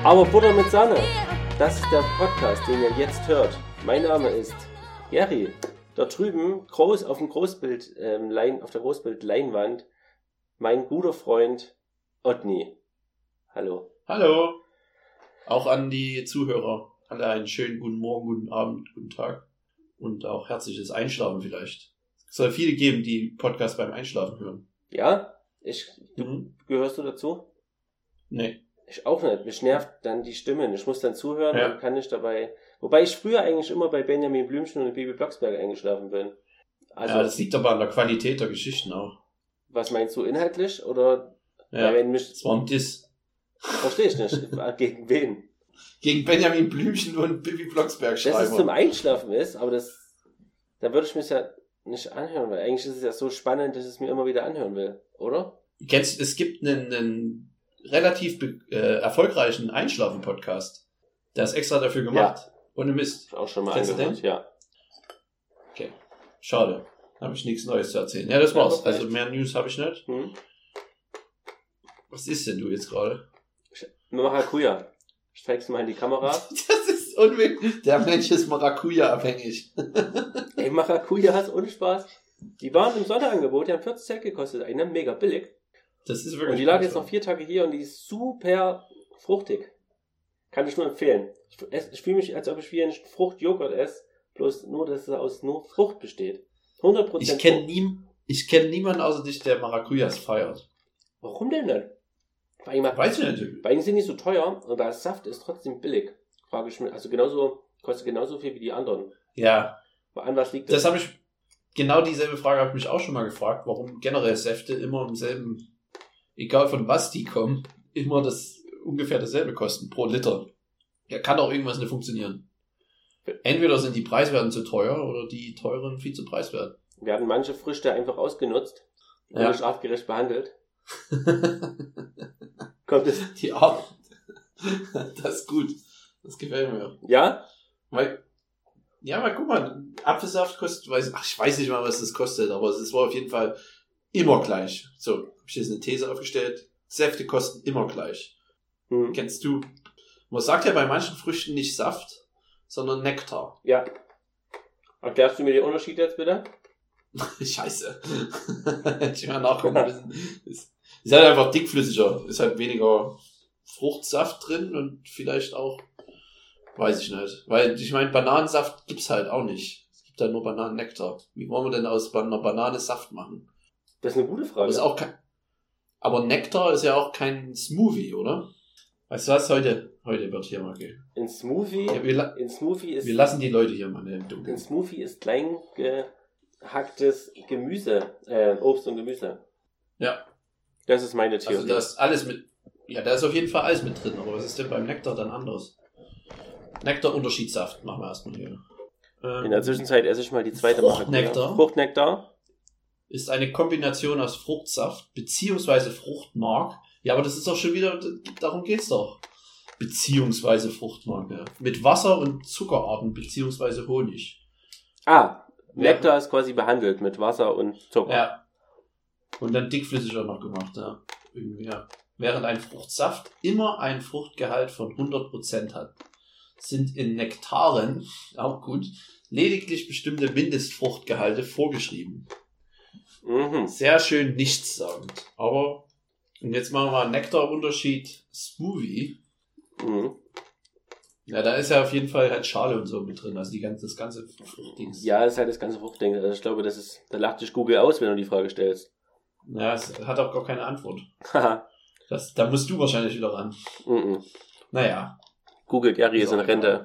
Aber Butter mit Sahne, das ist der Podcast, den ihr jetzt hört. Mein Name ist Gary. Dort drüben, groß auf dem Großbild, auf der Großbildleinwand, mein guter Freund Otni. Hallo. Hallo. Auch an die Zuhörer. Alle einen schönen guten Morgen, guten Abend, guten Tag. Und auch herzliches Einschlafen vielleicht. Es soll viele geben, die Podcasts beim Einschlafen hören. Ja? Gehörst du dazu? Nee. Ich auch nicht. Mich nervt dann die Stimmen. Ich muss dann zuhören und kann nicht dabei... Wobei ich früher eigentlich immer bei Benjamin Blümchen und Bibi Blocksberg eingeschlafen bin. Also, ja, das liegt aber an der Qualität der Geschichten auch. Was meinst du, inhaltlich? Oder? Ja, das war ein Diss. Verstehe ich nicht. Gegen wen? Gegen Benjamin Blümchen und Bibi Blocksberg schreiben. Dass es zum Einschlafen ist, aber da würde ich mich ja nicht anhören, weil eigentlich ist es ja so spannend, dass ich es mir immer wieder anhören will, oder? Es gibt einen relativ erfolgreichen Einschlafen-Podcast. Der ist extra dafür gemacht. Ja. Ohne Mist. Auch schon mal angehört, ja. Okay. Schade. Habe ich nichts Neues zu erzählen. Ja, das war's. Also mehr News habe ich nicht. Was ist denn du jetzt gerade? Maracuja. Steigst du mal in die Kamera? Das ist unmöglich. Der Mensch ist Maracuja-abhängig. Ey, Maracuja, ohne Spaß. Die waren im Sonderangebot, die haben 40 Cent gekostet. Eine mega billig. Das ist wirklich. Und die lag jetzt noch 4 Tage hier und die ist super fruchtig. Kann ich nur empfehlen. Ich fühle mich, als ob ich wie ein Fruchtjoghurt esse, bloß nur, dass es aus nur Frucht besteht. 100% Ich kenne niemanden außer dich, der Maracujas feiert. Warum denn nicht? Weiß ich nicht. Bei ihnen sind die so teuer und der Saft ist trotzdem billig. Frage ich mich. Also kostet genauso viel wie die anderen. Ja. An was liegt das? Genau dieselbe Frage habe ich mich auch schon mal gefragt, warum generell Säfte immer im selben, egal von was die kommen, immer ungefähr dasselbe kosten pro Liter. Ja, kann auch irgendwas nicht funktionieren. Entweder sind die Preiswerten zu teuer oder die teuren viel zu preiswert. Werden manche Früchte einfach ausgenutzt und nicht artgerecht behandelt. Kommt es? Die Art. Das ist gut. Das gefällt mir. Ja? Weil guck mal, Apfelsaft kostet, ich weiß nicht mal, was das kostet, aber es war auf jeden Fall immer gleich. So, habe ich jetzt eine These aufgestellt. Säfte kosten immer gleich. Kennst du? Man sagt ja bei manchen Früchten nicht Saft, sondern Nektar. Ja. Erklärst du mir den Unterschied jetzt bitte? Scheiße. Hätte ich mal nachgucken müssen. Ist halt einfach dickflüssiger. Ist halt weniger Fruchtsaft drin und vielleicht auch, weiß ich nicht. Weil ich meine, Bananensaft gibt's halt auch nicht. Es gibt halt nur Bananennektar. Wie wollen wir denn aus einer Banane Saft machen? Das ist eine gute Frage. Aber Nektar ist ja auch kein Smoothie, oder? Weißt du was? Heute wird hier mal gehen. In Smoothie ist... Wir lassen die Leute hier mal im Dunkeln. In Smoothie ist klein gehacktes Gemüse, Obst und Gemüse. Ja. Das ist meine Theorie. Also da ist alles mit... Ja, da ist auf jeden Fall alles mit drin. Aber was ist denn beim Nektar dann anders? Nektar-Unterschiedssaft machen wir erstmal hier. In der Zwischenzeit esse ich mal die zweite Fruchtnektar. Fruchtnektar ist eine Kombination aus Fruchtsaft beziehungsweise Fruchtmark. Ja, aber das ist doch schon wieder, darum geht's doch. Beziehungsweise Fruchtmark, ja. Mit Wasser und Zuckerarten beziehungsweise Honig. Nektar ist quasi behandelt mit Wasser und Zucker. Ja. Und dann dickflüssiger noch gemacht, ja. Irgendwie, ja. Während ein Fruchtsaft immer ein Fruchtgehalt von 100% hat, sind in Nektaren, auch gut, lediglich bestimmte Mindestfruchtgehalte vorgeschrieben. Sehr schön nichtssagend. Aber, und jetzt machen wir mal einen Nektarunterschied Smoothie. Ja, da ist ja auf jeden Fall halt Schale und so mit drin, also das ganze Fruchtdings. Ja, das ist halt das ganze Fruchtding. Also ich glaube, da lacht dich Google aus, wenn du die Frage stellst. Ja, es hat auch gar keine Antwort. Da musst du wahrscheinlich wieder ran. Naja. Google Gary ist in Rente.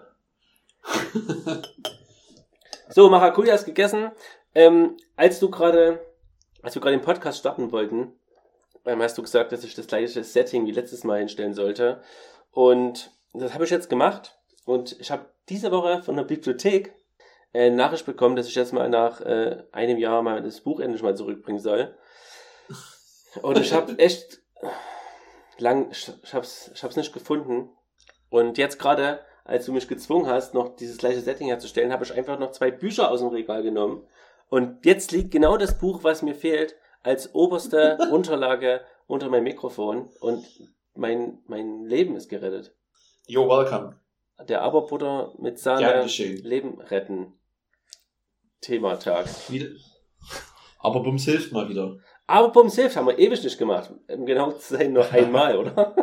So, Maracuja ist gegessen. Als wir gerade den Podcast starten wollten, hast du gesagt, dass ich das gleiche Setting wie letztes Mal hinstellen sollte. Und das habe ich jetzt gemacht. Und ich habe diese Woche von der Bibliothek eine Nachricht bekommen, dass ich jetzt mal nach einem Jahr mal das Buch endlich mal zurückbringen soll. Und ich habe echt ich hab's nicht gefunden. Und jetzt gerade, als du mich gezwungen hast, noch dieses gleiche Setting herzustellen, habe ich einfach noch 2 Bücher aus dem Regal genommen. Und jetzt liegt genau das Buch, was mir fehlt, als oberste Unterlage unter meinem Mikrofon. Und mein Leben ist gerettet. You're welcome. Der Aberbutter mit Gern Sahne geschehen. Leben retten. Thematag. Aber Bums hilft mal wieder. Aber Bums hilft, haben wir ewig nicht gemacht. Genau zu sein, nur einmal, oder?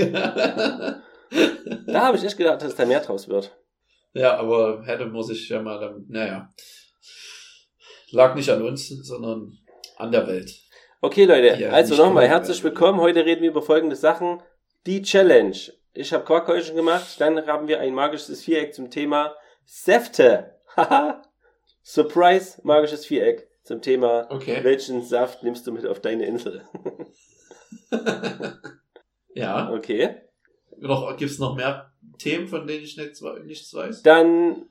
Da habe ich echt gedacht, dass da mehr draus wird. Ja, aber hätte muss ich ja mal dann, naja. Lag nicht an uns, sondern an der Welt. Okay, Leute, Ja, also nicht nochmal gewonnen herzlich werden. willkommen. Heute reden wir über folgende Sachen. Die Challenge. Ich habe Quarkhäuschen gemacht, dann haben wir ein magisches Viereck zum Thema Säfte. Haha. Surprise, magisches Viereck zum Thema, Okay. welchen Saft nimmst du mit auf deine Insel? Ja. Okay. Gibt's noch mehr Themen, von denen ich nichts weiß? Dann,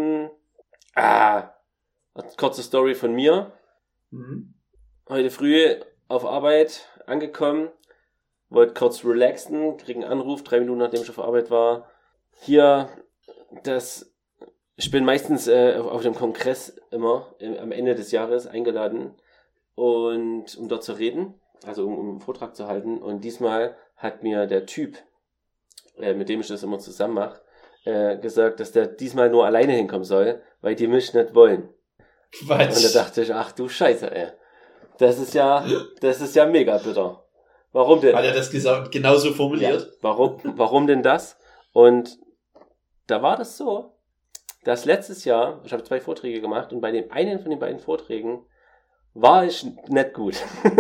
kurze Story von mir. Mhm. Heute früh auf Arbeit angekommen, wollte kurz relaxen, kriege einen Anruf, 3 Minuten nachdem ich auf Arbeit war. Hier, ich bin meistens auf dem Kongress immer am Ende des Jahres eingeladen, und um dort zu reden, also um einen Vortrag zu halten. Und diesmal hat mir der Typ, mit dem ich das immer zusammen mache, gesagt, dass der diesmal nur alleine hinkommen soll, weil die mich nicht wollen. Quatsch. Und da dachte ich, ach du Scheiße, ey. Das ist ja mega bitter. Warum denn? Hat er das genauso formuliert? Ja, warum denn das? Und da war das so, dass letztes Jahr, ich habe 2 Vorträge gemacht, und bei dem einen von den beiden Vorträgen war ich nicht gut.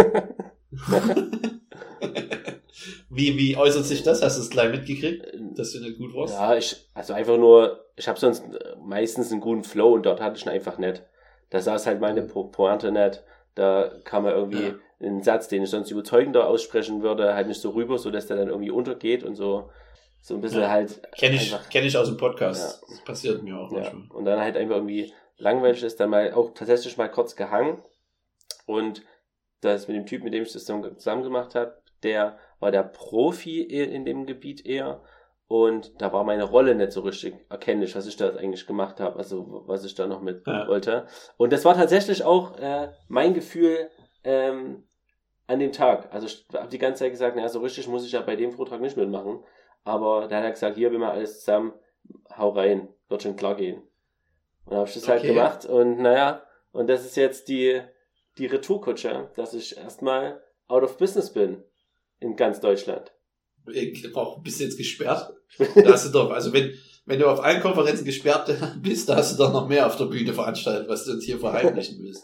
Wie äußert sich das? Hast du es gleich mitgekriegt, dass du nicht gut warst? Ja, ich habe sonst meistens einen guten Flow, und dort hatte ich ihn einfach nicht. Da saß halt meine Pointe nicht. Da kam er irgendwie ein Satz, den ich sonst überzeugender aussprechen würde, halt nicht so rüber, so dass der dann irgendwie untergeht und so ein bisschen halt. Kenn ich aus dem Podcast. Ja. Das passiert mir auch manchmal. Ja. Und dann halt einfach irgendwie langweilig ist, dann mal auch tatsächlich mal kurz gehangen. Und das mit dem Typ, mit dem ich das zusammen gemacht habe, der war der Profi in dem Gebiet eher. Und da war meine Rolle nicht so richtig erkennlich, was ich da eigentlich gemacht habe, also was ich da noch mit wollte. Und das war tatsächlich auch mein Gefühl an dem Tag. Also ich habe die ganze Zeit gesagt, naja, so richtig muss ich ja bei dem Vortrag nicht mitmachen. Aber da hat er gesagt, hier, wir machen alles zusammen, hau rein, wird schon klar gehen. Und da habe ich das halt gemacht, und naja, und das ist jetzt die Retourkutsche, dass ich erstmal out of business bin in ganz Deutschland. Bist du jetzt gesperrt? Da hast du doch, also wenn du auf allen Konferenzen gesperrt bist, da hast du doch noch mehr auf der Bühne veranstaltet, was du uns hier verheimlichen willst.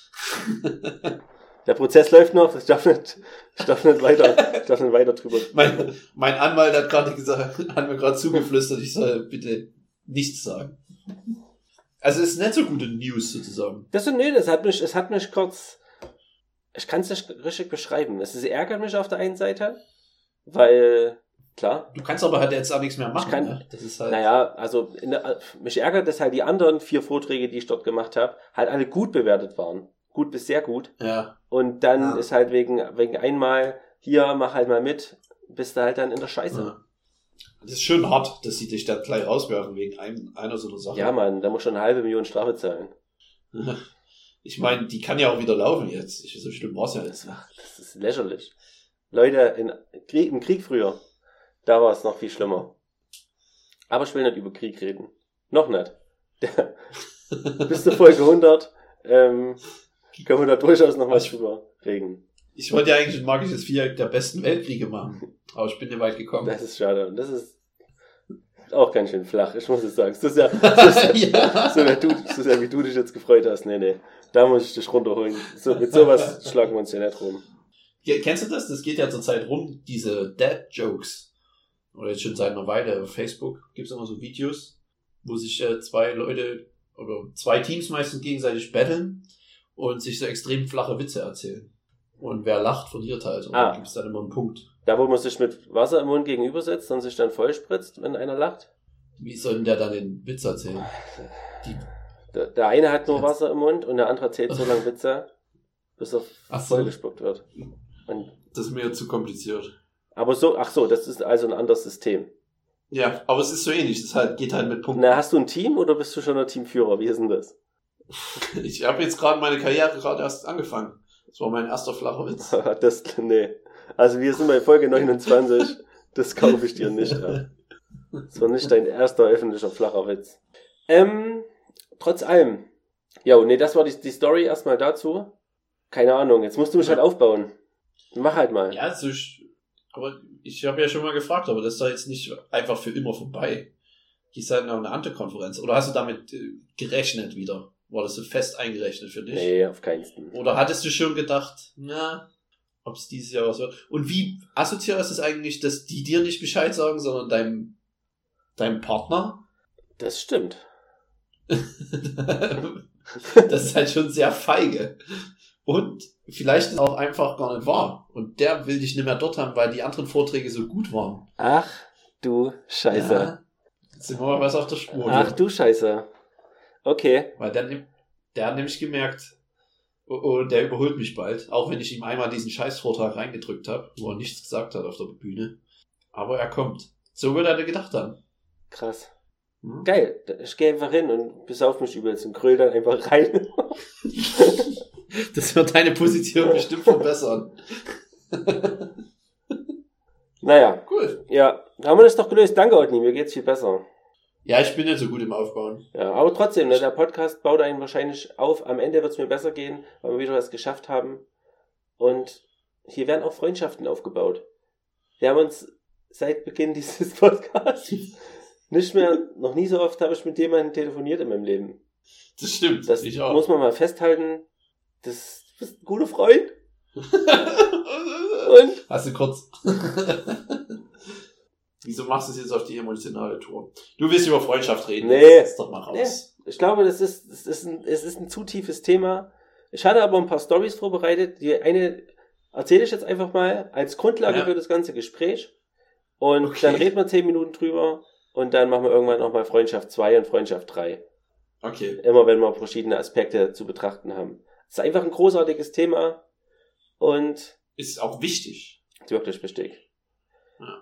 Der Prozess läuft noch, ich darf nicht weiter drüber. Mein Anwalt hat mir gerade zugeflüstert, ich soll bitte nichts sagen. Also es ist nicht so gute News sozusagen. Es hat mich kurz, ich kann es nicht richtig beschreiben. Es ärgert mich auf der einen Seite, weil, klar. Du kannst aber halt jetzt auch nichts mehr machen. Ne? Das ist halt. Naja, also mich ärgert, dass halt die anderen 4 Vorträge, die ich dort gemacht habe, halt alle gut bewertet waren. Gut bis sehr gut. Ja. Und dann ist halt wegen einmal, hier, mach halt mal mit, bist du halt dann in der Scheiße. Ja. Das ist schön hart, dass sie dich dann gleich rauswerfen wegen einer so einer Sache. Ja, Mann, da muss schon 500.000 Strafe zahlen. Ich meine, die kann ja auch wieder laufen jetzt. So schlimm war es ja jetzt. Das ist lächerlich. Leute, im Krieg früher, da war es noch viel schlimmer. Aber ich will nicht über Krieg reden. Noch nicht. Bis zur Folge 100 können wir da durchaus noch was drüber reden. Ich wollte ja eigentlich ein magisches Viereck der besten Weltkriege machen. Aber ich bin nicht weit gekommen. Das ist schade. Und das ist auch ganz schön flach, ich muss es sagen. So sehr wie du dich jetzt gefreut hast. Nee. Da muss ich dich runterholen. Mit sowas schlagen wir uns ja nicht rum. Ja, kennst du das? Das geht ja zurzeit rum, diese Dad-Jokes. Oder jetzt schon seit einer Weile auf Facebook gibt es immer so Videos, wo sich 2 Leute oder 2 Teams meistens gegenseitig battlen und sich so extrem flache Witze erzählen. Und wer lacht, verliert halt. Und da gibt es dann immer einen Punkt. Da, wo man sich mit Wasser im Mund gegenübersetzt und sich dann vollspritzt, wenn einer lacht? Wie soll denn der dann den Witz erzählen? Der eine hat nur Wasser im Mund und der andere erzählt so lange Witze, bis er vollgespuckt wird. Und das ist mir zu kompliziert. Aber das ist also ein anderes System. Ja, aber es ist so ähnlich. Das geht halt mit Punkten. Na, hast du ein Team oder bist du schon ein Teamführer? Wie ist denn das? Ich habe jetzt gerade meine Karriere erst angefangen. Das war mein erster flacher Witz. Nee. Also wir sind bei Folge 29. Das kaufe ich dir nicht ab. Das war nicht dein erster öffentlicher flacher Witz. Trotz allem. Ja, nee, das war die Story erstmal dazu. Keine Ahnung, jetzt musst du mich halt aufbauen. Mach halt mal. Ja, aber ich habe ja schon mal gefragt, aber das ist doch jetzt nicht einfach für immer vorbei. Ist halt noch eine andere Konferenz. Oder hast du damit gerechnet wieder? War das so fest eingerechnet für dich? Nee, auf keinen Fall. Oder hattest du schon gedacht, ob es dieses Jahr was wird? Und wie asozial ist es eigentlich, dass die dir nicht Bescheid sagen, sondern deinem Partner? Das stimmt. Das ist halt schon sehr feige. Und vielleicht ist es auch einfach gar nicht wahr. Und der will dich nicht mehr dort haben, weil die anderen Vorträge so gut waren. Ach du Scheiße. Ja, jetzt sind wir mal was auf der Spur. Ach du Scheiße. Okay. Weil der hat nämlich gemerkt, oh, der überholt mich bald. Auch wenn ich ihm einmal diesen Scheißvortrag reingedrückt habe, wo er nichts gesagt hat auf der Bühne. Aber er kommt. So wird er gedacht haben. Krass. Geil. Ich gehe einfach hin und besauf mich übelst und gröll dann einfach rein. Das wird deine Position bestimmt verbessern. Naja. Cool. Ja, haben wir das doch gelöst. Danke, Otni. Mir geht's viel besser. Ja, ich bin nicht so gut im Aufbauen. Ja, aber trotzdem, ne, der Podcast baut einen wahrscheinlich auf. Am Ende wird's mir besser gehen, weil wir wieder was geschafft haben. Und hier werden auch Freundschaften aufgebaut. Wir haben uns seit Beginn dieses Podcasts noch nie so oft habe ich mit jemandem telefoniert in meinem Leben. Das stimmt. Das ich auch. muss man mal festhalten. Du bist ein guter Freund. Und? Hast du kurz. Wieso machst du es jetzt auf die emotionale Tour? Du willst über Freundschaft reden. Nee. Jetzt doch mal raus. Nee. Ich glaube, es ist ein zu tiefes Thema. Ich hatte aber ein paar Storys vorbereitet. Die eine erzähle ich jetzt einfach mal als Grundlage für das ganze Gespräch. Und dann reden wir 10 Minuten drüber. Und dann machen wir irgendwann nochmal Freundschaft 2 und Freundschaft 3. Okay. Immer wenn wir verschiedene Aspekte zu betrachten haben. Es ist einfach ein großartiges Thema. Und ist auch wichtig. Ist wirklich wichtig. Ja.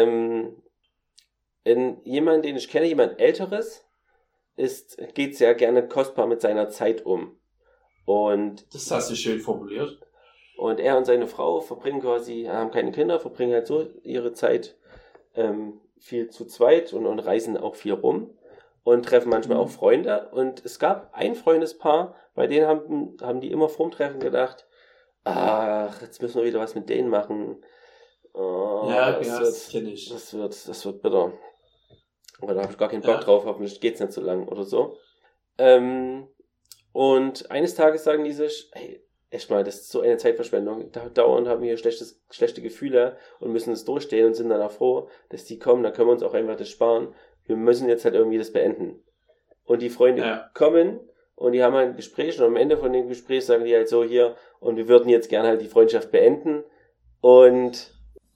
Jemand, den ich kenne, jemand Älteres, geht sehr gerne kostbar mit seiner Zeit um. Und das hast du schön formuliert. Und er und seine Frau haben keine Kinder, verbringen halt so ihre Zeit viel zu zweit und reisen auch viel rum und treffen manchmal auch Freunde. Und es gab ein Freundespaar, bei denen haben die immer vorm Treffen gedacht, ach, jetzt müssen wir wieder was mit denen machen. Oh, das kenne ich. Das wird bitter. Aber da habe ich gar keinen Bock drauf, hoffentlich geht's nicht so lang oder so. Und eines Tages sagen die sich, hey, echt mal, das ist so eine Zeitverschwendung. Dauernd haben wir schlechte Gefühle und müssen es durchstehen und sind danach froh, dass die kommen. Dann können wir uns auch einfach das sparen. Wir müssen jetzt halt irgendwie das beenden. Und die Freunde kommen und die haben halt ein Gespräch und am Ende von dem Gespräch sagen die halt so hier und wir würden jetzt gerne halt die Freundschaft beenden und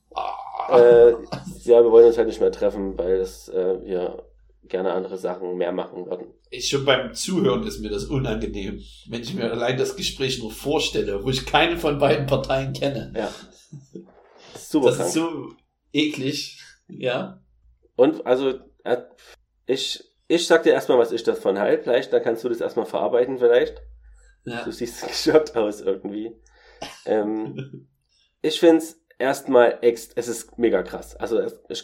wir wollen uns halt nicht mehr treffen, weil wir gerne andere Sachen mehr machen würden. Schon beim Zuhören ist mir das unangenehm, wenn ich mir allein das Gespräch nur vorstelle, wo ich keine von beiden Parteien kenne. Ja. Super das ist so eklig. Ja. Und also ich sag dir erstmal, was ich davon halte. Vielleicht, dann kannst du das erstmal verarbeiten vielleicht. Ja. Du siehst geschockt aus irgendwie. Ich find's erstmal es ist mega krass. Also es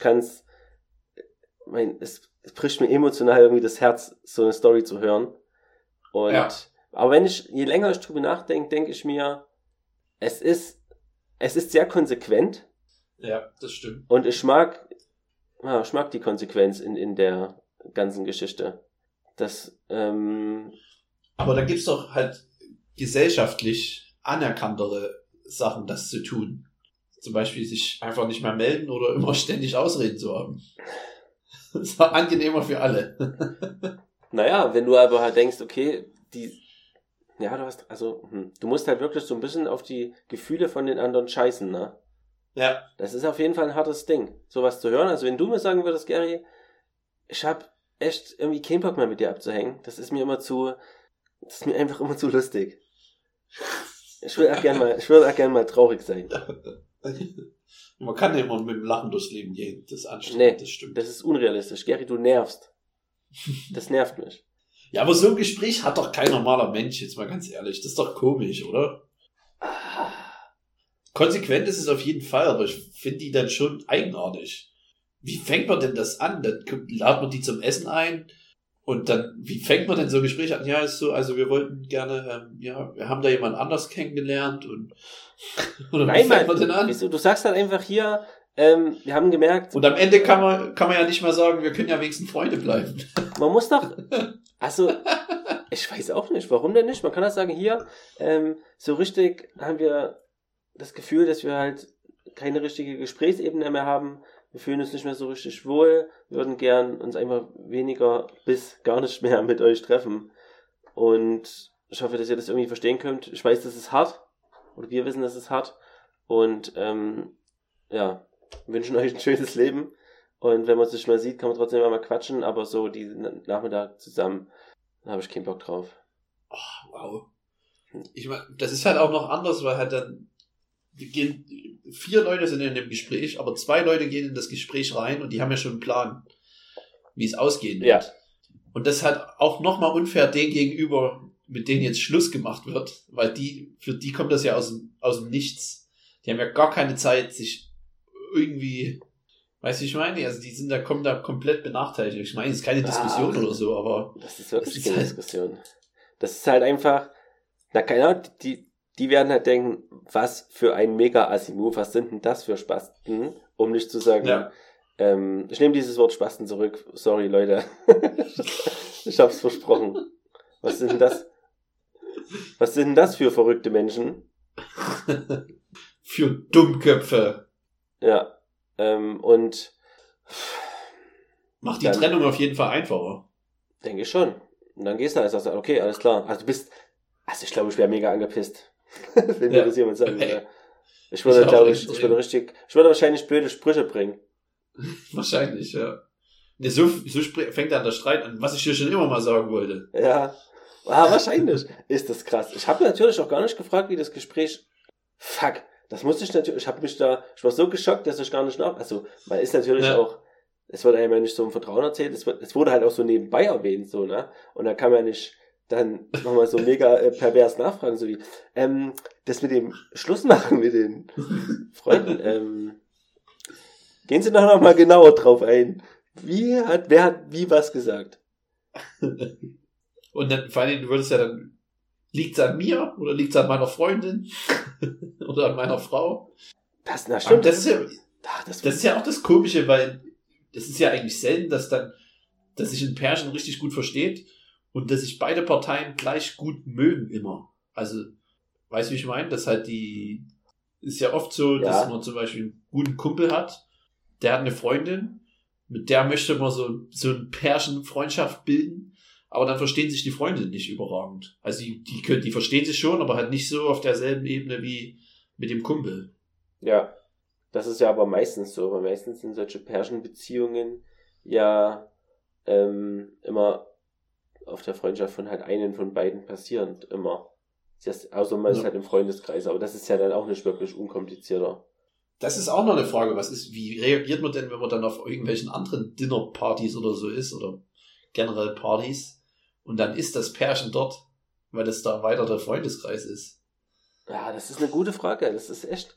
bricht mir emotional irgendwie das Herz, so eine Story zu hören. Und aber je länger ich drüber nachdenke, denke ich mir, es ist sehr konsequent. Ja, das stimmt. Und ich mag die Konsequenz in der ganzen Geschichte. Aber da gibt's doch halt gesellschaftlich anerkanntere Sachen, das zu tun. Zum Beispiel sich einfach nicht mehr melden oder immer ständig Ausreden zu haben. Das war angenehmer für alle. Naja, wenn du aber halt denkst, okay, du musst halt wirklich so ein bisschen auf die Gefühle von den anderen scheißen, ne? Ja. Das ist auf jeden Fall ein hartes Ding, sowas zu hören. Also wenn du mir sagen würdest, Gary, ich hab echt irgendwie keinen Bock mehr mit dir abzuhängen. Das ist mir einfach immer zu lustig. Ich würde auch gern mal traurig sein. Man kann ja immer mit dem Lachen durchs Leben gehen. Das ist anstrengend, das stimmt. Das ist unrealistisch. Gary, du nervst. Das nervt mich. Ja, aber so ein Gespräch hat doch kein normaler Mensch, jetzt mal ganz ehrlich. Das ist doch komisch, oder? Konsequent ist es auf jeden Fall, aber ich finde die dann schon eigenartig. wie fängt man denn das an? Dann ladet man die zum Essen ein und dann, wie fängt man denn so Gespräche an? Ja, ist so, also wir wollten gerne, wir haben da jemand anders kennengelernt und oder Nein, wie fängt man denn an? Wieso? Du sagst halt einfach hier, wir haben gemerkt... Und am Ende kann man ja nicht mal sagen, wir können ja wenigstens Freunde bleiben. Man muss doch... Also, ich weiß auch nicht, warum denn nicht? Man kann das sagen, hier, so richtig haben wir das Gefühl, dass wir halt keine richtige Gesprächsebene mehr haben. Wir fühlen uns nicht mehr so richtig wohl. Wir würden gern uns einfach weniger bis gar nicht mehr mit euch treffen. Und ich hoffe, dass ihr das irgendwie verstehen könnt. Ich weiß, das ist hart. Oder wir wissen, das ist hart. Und ja, wünschen euch ein schönes Leben. Und wenn man sich mal sieht, kann man trotzdem mal quatschen. Aber so die Nachmittag zusammen, da habe ich keinen Bock drauf. Oh, wow. Ich meine, das ist halt auch noch anders, weil halt dann 4 Leute sind in dem Gespräch, aber 2 Leute gehen in das Gespräch rein und die haben ja schon einen Plan, wie es ausgehen wird. Ja. Und das ist halt auch nochmal unfair denen gegenüber, mit denen jetzt Schluss gemacht wird, weil für die kommt das ja aus dem Nichts. Die haben ja gar keine Zeit, sich irgendwie, weißt du, wie ich meine? Also kommen da komplett benachteiligt. Ich meine, es ist keine Diskussion oder so, aber... Das ist wirklich keine Diskussion. Das ist halt einfach, na keine Ahnung, die werden halt denken, was für ein Mega-Assi-Move, was sind denn das für Spasten, um nicht zu sagen, ich nehme dieses Wort Spasten zurück, sorry Leute, ich hab's versprochen. Was sind denn das für verrückte Menschen? Für Dummköpfe. Ja, und macht die Trennung auf jeden Fall einfacher. Denke ich schon. Und dann gehst du halt und sagst, okay, alles klar. Also ich glaube, ich wäre mega angepisst, wenn mir das jemand sagen würde. Ich würde wahrscheinlich blöde Sprüche bringen. Wahrscheinlich, ja. Ne, so fängt dann der Streit an, was ich dir schon immer mal sagen wollte. Ja, wahrscheinlich ist das krass. Ich habe natürlich auch gar nicht gefragt, wie das Gespräch... Fuck, das musste ich natürlich... Ich war so geschockt, dass ich gar nicht Also, man ist natürlich auch... Es wird einem ja nicht so im Vertrauen erzählt, es wurde halt auch so nebenbei erwähnt, so, ne? Und da kann man nicht dann nochmal so mega pervers nachfragen, so wie, das mit dem Schluss machen mit den Freunden, gehen Sie doch nochmal genauer drauf ein. Wer hat wie was gesagt? Und dann, vor allem, du würdest ja dann, liegt's an mir oder liegt's an meiner Freundin oder an meiner Frau? Das stimmt. Das ist ja auch das Komische, weil das ist ja eigentlich selten, dass sich ein Pärchen richtig gut versteht und dass sich beide Parteien gleich gut mögen immer. Also, weißt du, wie ich meine? Das halt ist ja oft so, dass man zum Beispiel einen guten Kumpel hat, der hat eine Freundin, mit der möchte man so ein Pärchen-Freundschaft bilden, aber dann verstehen sich die Freunde nicht überragend. Also die verstehen sich schon, aber halt nicht so auf derselben Ebene wie mit dem Kumpel. Ja, das ist ja aber meistens so, weil meistens sind solche Pärchenbeziehungen ja immer auf der Freundschaft von halt einen von beiden passierend, immer. Außer man ist halt im Freundeskreis, aber das ist ja dann auch nicht wirklich unkomplizierter. Das ist auch noch eine Frage, wie reagiert man denn, wenn man dann auf irgendwelchen anderen Dinnerpartys oder so ist, oder generell Partys, und dann ist das Pärchen dort, weil das da weiter der Freundeskreis ist? Ja, das ist eine gute Frage, das ist echt...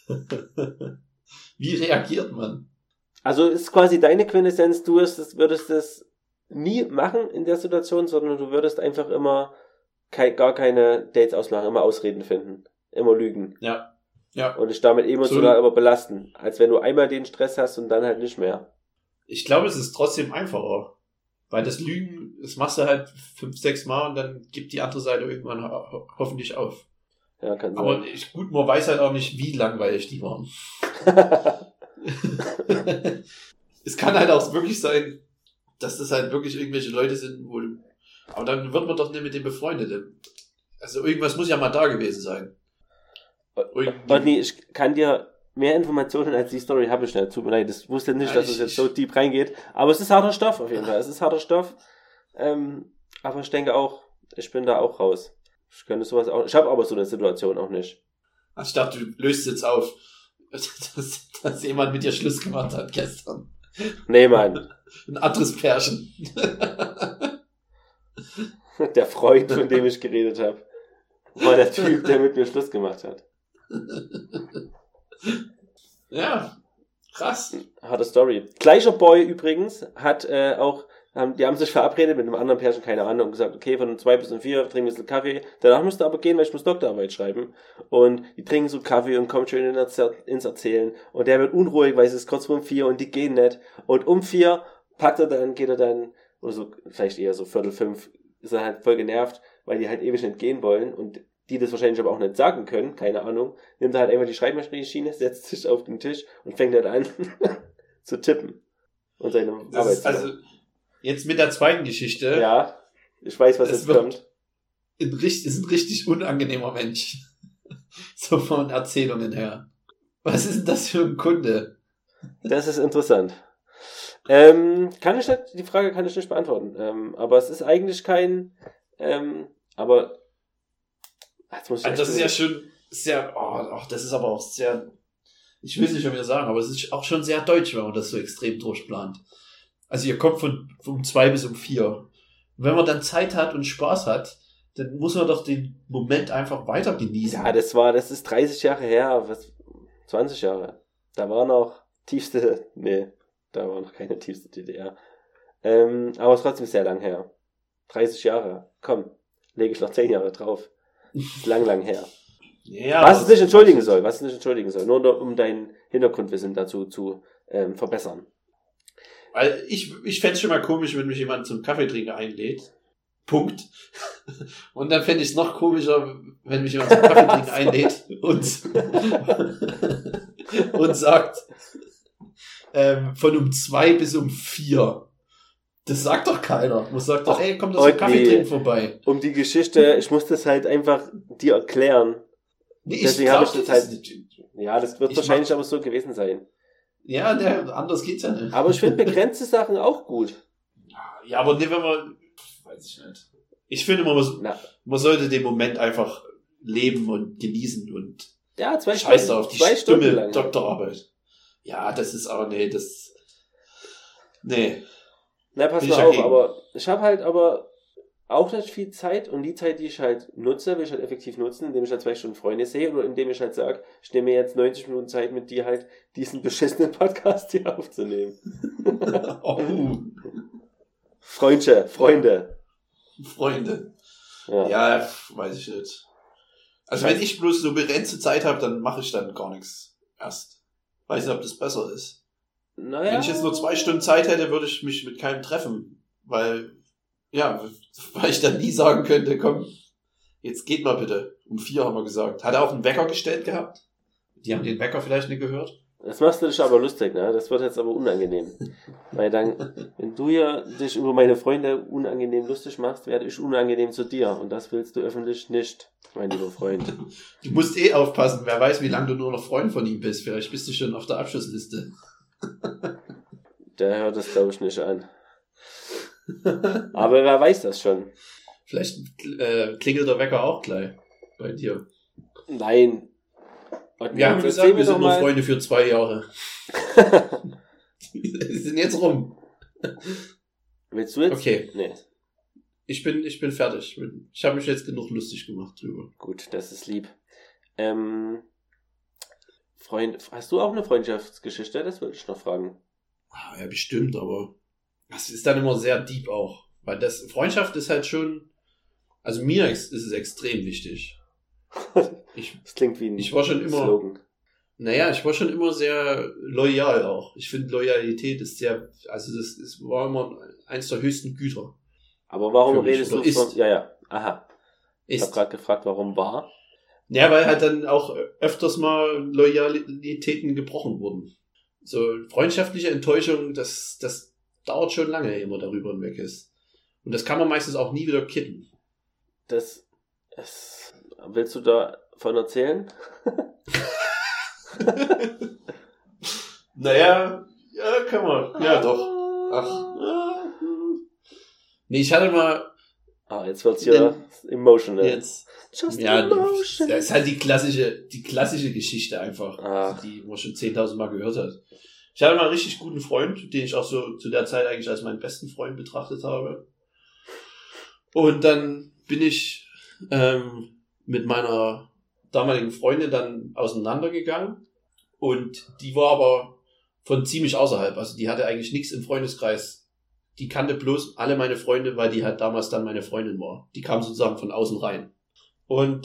Wie reagiert man? Also ist quasi deine Quintessenz, du würdest das nie machen in der Situation, sondern du würdest einfach immer gar keine Dates ausmachen, immer Ausreden finden, immer lügen. Ja. Und dich damit emotional aber belasten, als wenn du einmal den Stress hast und dann halt nicht mehr. Ich glaube, es ist trotzdem einfacher, weil das Lügen, das machst du halt 5, 6 Mal und dann gibt die andere Seite irgendwann hoffentlich auf. Ja, kann sein. Aber man weiß halt auch nicht, wie langweilig die waren. Es kann halt auch wirklich sein, dass das halt wirklich irgendwelche Leute sind, aber dann wird man doch nicht mit dem befreundet. Also irgendwas muss ja mal da gewesen sein. Rodney, ich kann dir mehr Informationen als die Story habe ich nicht. Tut mir leid, ich wusste nicht, dass es jetzt so deep reingeht. Aber es ist harter Stoff auf jeden Fall. Es ist harter Stoff. Aber ich denke auch, ich bin da auch raus. Ich könnte sowas auch. Ich habe aber so eine Situation auch nicht. Ich dachte, du löst jetzt auf, dass jemand mit dir Schluss gemacht hat gestern. Nee, Mann. Ein anderes Pärchen. Der Freund, von dem ich geredet habe, war der Typ, der mit mir Schluss gemacht hat. Ja, Krass. Harte Story. Gleicher Boy übrigens hat die haben sich verabredet mit einem anderen Pärchen, keine Ahnung, und gesagt, okay, von 2 bis 4 trinken wir ein bisschen Kaffee. Danach müsst ihr aber gehen, weil ich muss Doktorarbeit schreiben. Und die trinken so Kaffee und kommen schön ins Erzählen. Und der wird unruhig, weil es ist kurz vor 4 und die gehen nicht. Und um 4 geht er dann, oder so, vielleicht eher so 4:45, ist er halt voll genervt, weil die halt ewig nicht gehen wollen und die das wahrscheinlich aber auch nicht sagen können, keine Ahnung. Nimmt er halt einfach die Schreibmaschine, setzt sich auf den Tisch und fängt halt an zu tippen. Und seine Arbeit zu machen. Jetzt mit der zweiten Geschichte. Ja, ich weiß, was jetzt kommt. Ist ein richtig unangenehmer Mensch. So von Erzählungen her. Was ist denn das für ein Kunde? Das ist interessant. Die Frage kann ich nicht beantworten. Aber es ist eigentlich kein, aber jetzt muss ich also das ist ja schon sehr, das ist aber auch sehr, ich will es nicht schon wieder sagen, aber es ist auch schon sehr deutsch, wenn man das so extrem durchplant. Also ihr kommt von 2 bis 4. Und wenn man dann Zeit hat und Spaß hat, dann muss man doch den Moment einfach weiter genießen. Ja, das ist 30 Jahre her, 20 Jahre. Da war noch da war noch keine tiefste DDR. Aber es ist trotzdem sehr lang her. 30 Jahre. Komm, lege ich noch 10 Jahre drauf. Ist lang her. Ja, was es nicht entschuldigen soll. Nur um dein Hintergrundwissen dazu zu verbessern. Weil ich fände es schon mal komisch, wenn mich jemand zum Kaffeetrinken einlädt. Punkt. Und dann fände ich es noch komischer, wenn mich jemand zum Kaffeetrinken einlädt und sagt, von um 2 bis 4. Das sagt doch keiner. Man sagt doch, ey, komm doch zum Kaffeetrinken vorbei. Um die Geschichte, ich muss das halt einfach dir erklären. Nee, deswegen habe ich das halt. Ja, das wird wahrscheinlich aber so gewesen sein. Ja, anders geht's ja nicht. Aber ich finde begrenzte Sachen auch gut. Ja, aber nicht, wenn man, weiß ich nicht. Ich finde immer, man sollte den Moment einfach leben und genießen und 2 scheiß auf die 2 Stunden Stimme lang. Doktorarbeit. Ja, das ist aber, nee. Na, pass mal auf, aber ich habe halt auch nicht viel Zeit und die Zeit, die ich halt nutze, will ich halt effektiv nutzen, indem ich halt 2 Stunden Freunde sehe oder indem ich halt sage, ich nehme mir jetzt 90 Minuten Zeit mit dir halt diesen beschissenen Podcast hier aufzunehmen. Freunde. Ja, weiß ich nicht. Also wenn ich bloß so begrenzte Zeit habe, dann mache ich dann gar nichts erst. Weiß nicht, ob das besser ist. Naja. Wenn ich jetzt nur 2 Stunden Zeit hätte, würde ich mich mit keinem treffen. Weil ich dann nie sagen könnte, komm, jetzt geht mal bitte. Um 4 haben wir gesagt. Hat er auch einen Wecker gestellt gehabt? Die haben den Wecker vielleicht nicht gehört? Das machst du dich aber lustig, ne? Das wird jetzt aber unangenehm. Weil dann, wenn du ja dich über meine Freunde unangenehm lustig machst, werde ich unangenehm zu dir. Und das willst du öffentlich nicht, mein lieber Freund. Du musst aufpassen. Wer weiß, wie lange du nur noch Freund von ihm bist. Vielleicht bist du schon auf der Abschlussliste. Der hört das, glaube ich, nicht an. Aber wer weiß das schon. Vielleicht klingelt der Wecker auch gleich bei dir. Nein. Wir haben gesagt, wir sind nur Freunde für 2 Jahre. Die sind jetzt rum. Willst du jetzt? Okay. Nee. Ich bin fertig. Ich habe mich jetzt genug lustig gemacht drüber. Gut, das ist lieb. Hast du auch eine Freundschaftsgeschichte? Das würde ich noch fragen. Ja, bestimmt, aber das ist dann immer sehr deep auch. Weil Freundschaft ist halt schon, also mir ist es extrem wichtig. Das klingt wie ein Slogan. Naja, ich war schon immer sehr loyal auch. Ich finde, Loyalität ist war immer eins der höchsten Güter. Aber warum redest du von... Ja. Aha. Ich habe gerade gefragt, warum war? Ja, weil halt dann auch öfters mal Loyalitäten gebrochen wurden. So freundschaftliche Enttäuschung, das dauert schon lange, ehe man darüber hinweg ist. Und das kann man meistens auch nie wieder kitten. Willst du davon erzählen? Naja, ja, kann man. Ja, doch. Ach. Nee, ich hatte mal... jetzt wird's hier emotional. Jetzt. Emotional. Das ist halt die klassische Geschichte einfach, die man schon 10.000 Mal gehört hat. Ich hatte mal einen richtig guten Freund, den ich auch so zu der Zeit eigentlich als meinen besten Freund betrachtet habe. Und dann bin ich mit meiner damaligen Freundin dann auseinandergegangen. Und die war aber von ziemlich außerhalb. Also die hatte eigentlich nichts im Freundeskreis. Die kannte bloß alle meine Freunde, weil die halt damals dann meine Freundin war. Die kam sozusagen von außen rein. Und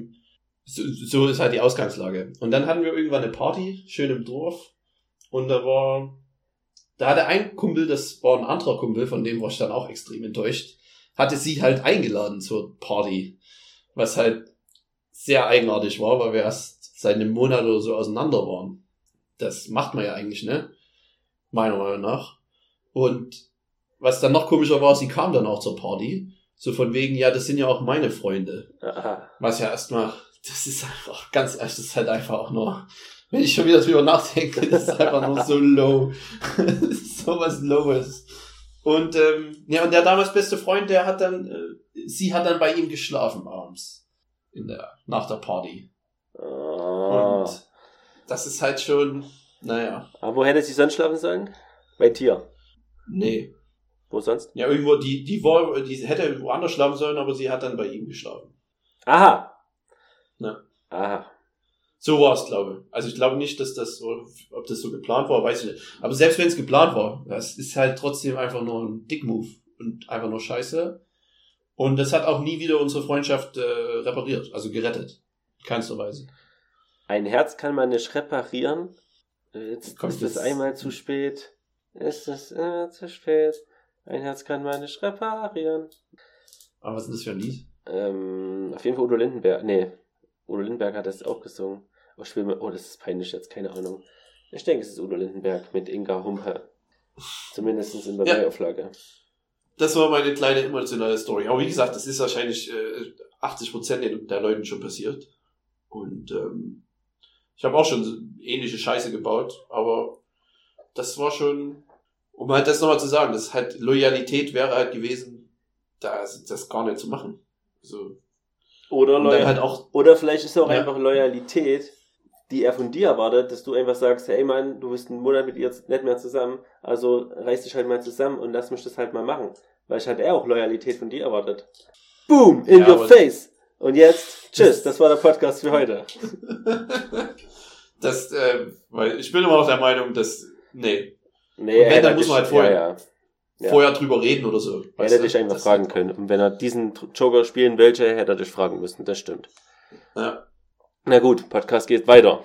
so ist halt die Ausgangslage. Und dann hatten wir irgendwann eine Party, schön im Dorf. Und da hatte ein Kumpel, das war ein anderer Kumpel, von dem war ich dann auch extrem enttäuscht, hatte sie halt eingeladen zur Party. Was halt sehr eigenartig war, weil wir erst seit einem Monat oder so auseinander waren. Das macht man ja eigentlich, ne? Meiner Meinung nach. Und was dann noch komischer war, sie kam dann auch zur Party. So von wegen, ja, das sind ja auch meine Freunde. Aha. Was ja erstmal, das ist einfach, ganz ehrlich, das ist halt einfach auch nur, wenn ich schon wieder drüber nachdenke, das ist einfach nur so low. Das ist so was Lowes. Und, ja, und der damals beste Freund, sie hat dann bei ihm geschlafen abends. Nach der Party. Ah. Und das ist halt schon, naja. Aber wo hätte sie sonst schlafen sollen? Bei dir. Nee. Wo sonst? Ja, irgendwo, die hätte irgendwo anders schlafen sollen, aber sie hat dann bei ihm geschlafen. Aha. Ja. Aha. So war es, glaube ich. Also ich glaube nicht, ob das so geplant war, weiß ich nicht. Aber selbst wenn es geplant war, das ist halt trotzdem einfach nur ein Dick-Move und einfach nur Scheiße. Und das hat auch nie wieder unsere Freundschaft repariert, also gerettet. Keinster Weise. Ein Herz kann man nicht reparieren. Jetzt Kommt ist es jetzt- einmal zu spät. Ist es immer zu spät. Ein Herz kann man nicht reparieren. Aber was ist das für ein Lied? Auf jeden Fall Udo Lindenberg. Nee, Udo Lindenberg hat das auch gesungen. Das ist peinlich jetzt, keine Ahnung. Ich denke, es ist Udo Lindenberg mit Inga Humpe. Zumindest in der Ja. Neuauflage. Das war meine kleine emotionale Story. Aber wie gesagt, das ist wahrscheinlich 80% der Leuten schon passiert. Und ich habe auch schon so ähnliche Scheiße gebaut, aber das war schon, um halt das nochmal zu sagen, das halt Loyalität wäre halt gewesen, das gar nicht zu machen. So. Oder, Und dann halt auch, Oder vielleicht ist es auch Ja. einfach Loyalität, die er von dir erwartet, dass du einfach sagst, hey Mann, du bist einen Monat mit ihr nicht mehr zusammen, also reiß dich halt mal zusammen und lass mich das halt mal machen. Weil ich halt er auch Loyalität von dir erwartet. Boom, in Ja, your aber- face. Und jetzt, tschüss, das war der Podcast für heute. weil ich bin immer noch der Meinung, dass, nee, Nee, Und wenn, dann muss man halt vorher- Ja. vorher drüber reden oder so. Er Weißt hätte du? dich einfach Das- fragen können. Und wenn er diesen Joker spielen wollte, hätte er dich fragen müssen. Das stimmt. Ja. Na gut, Podcast geht weiter.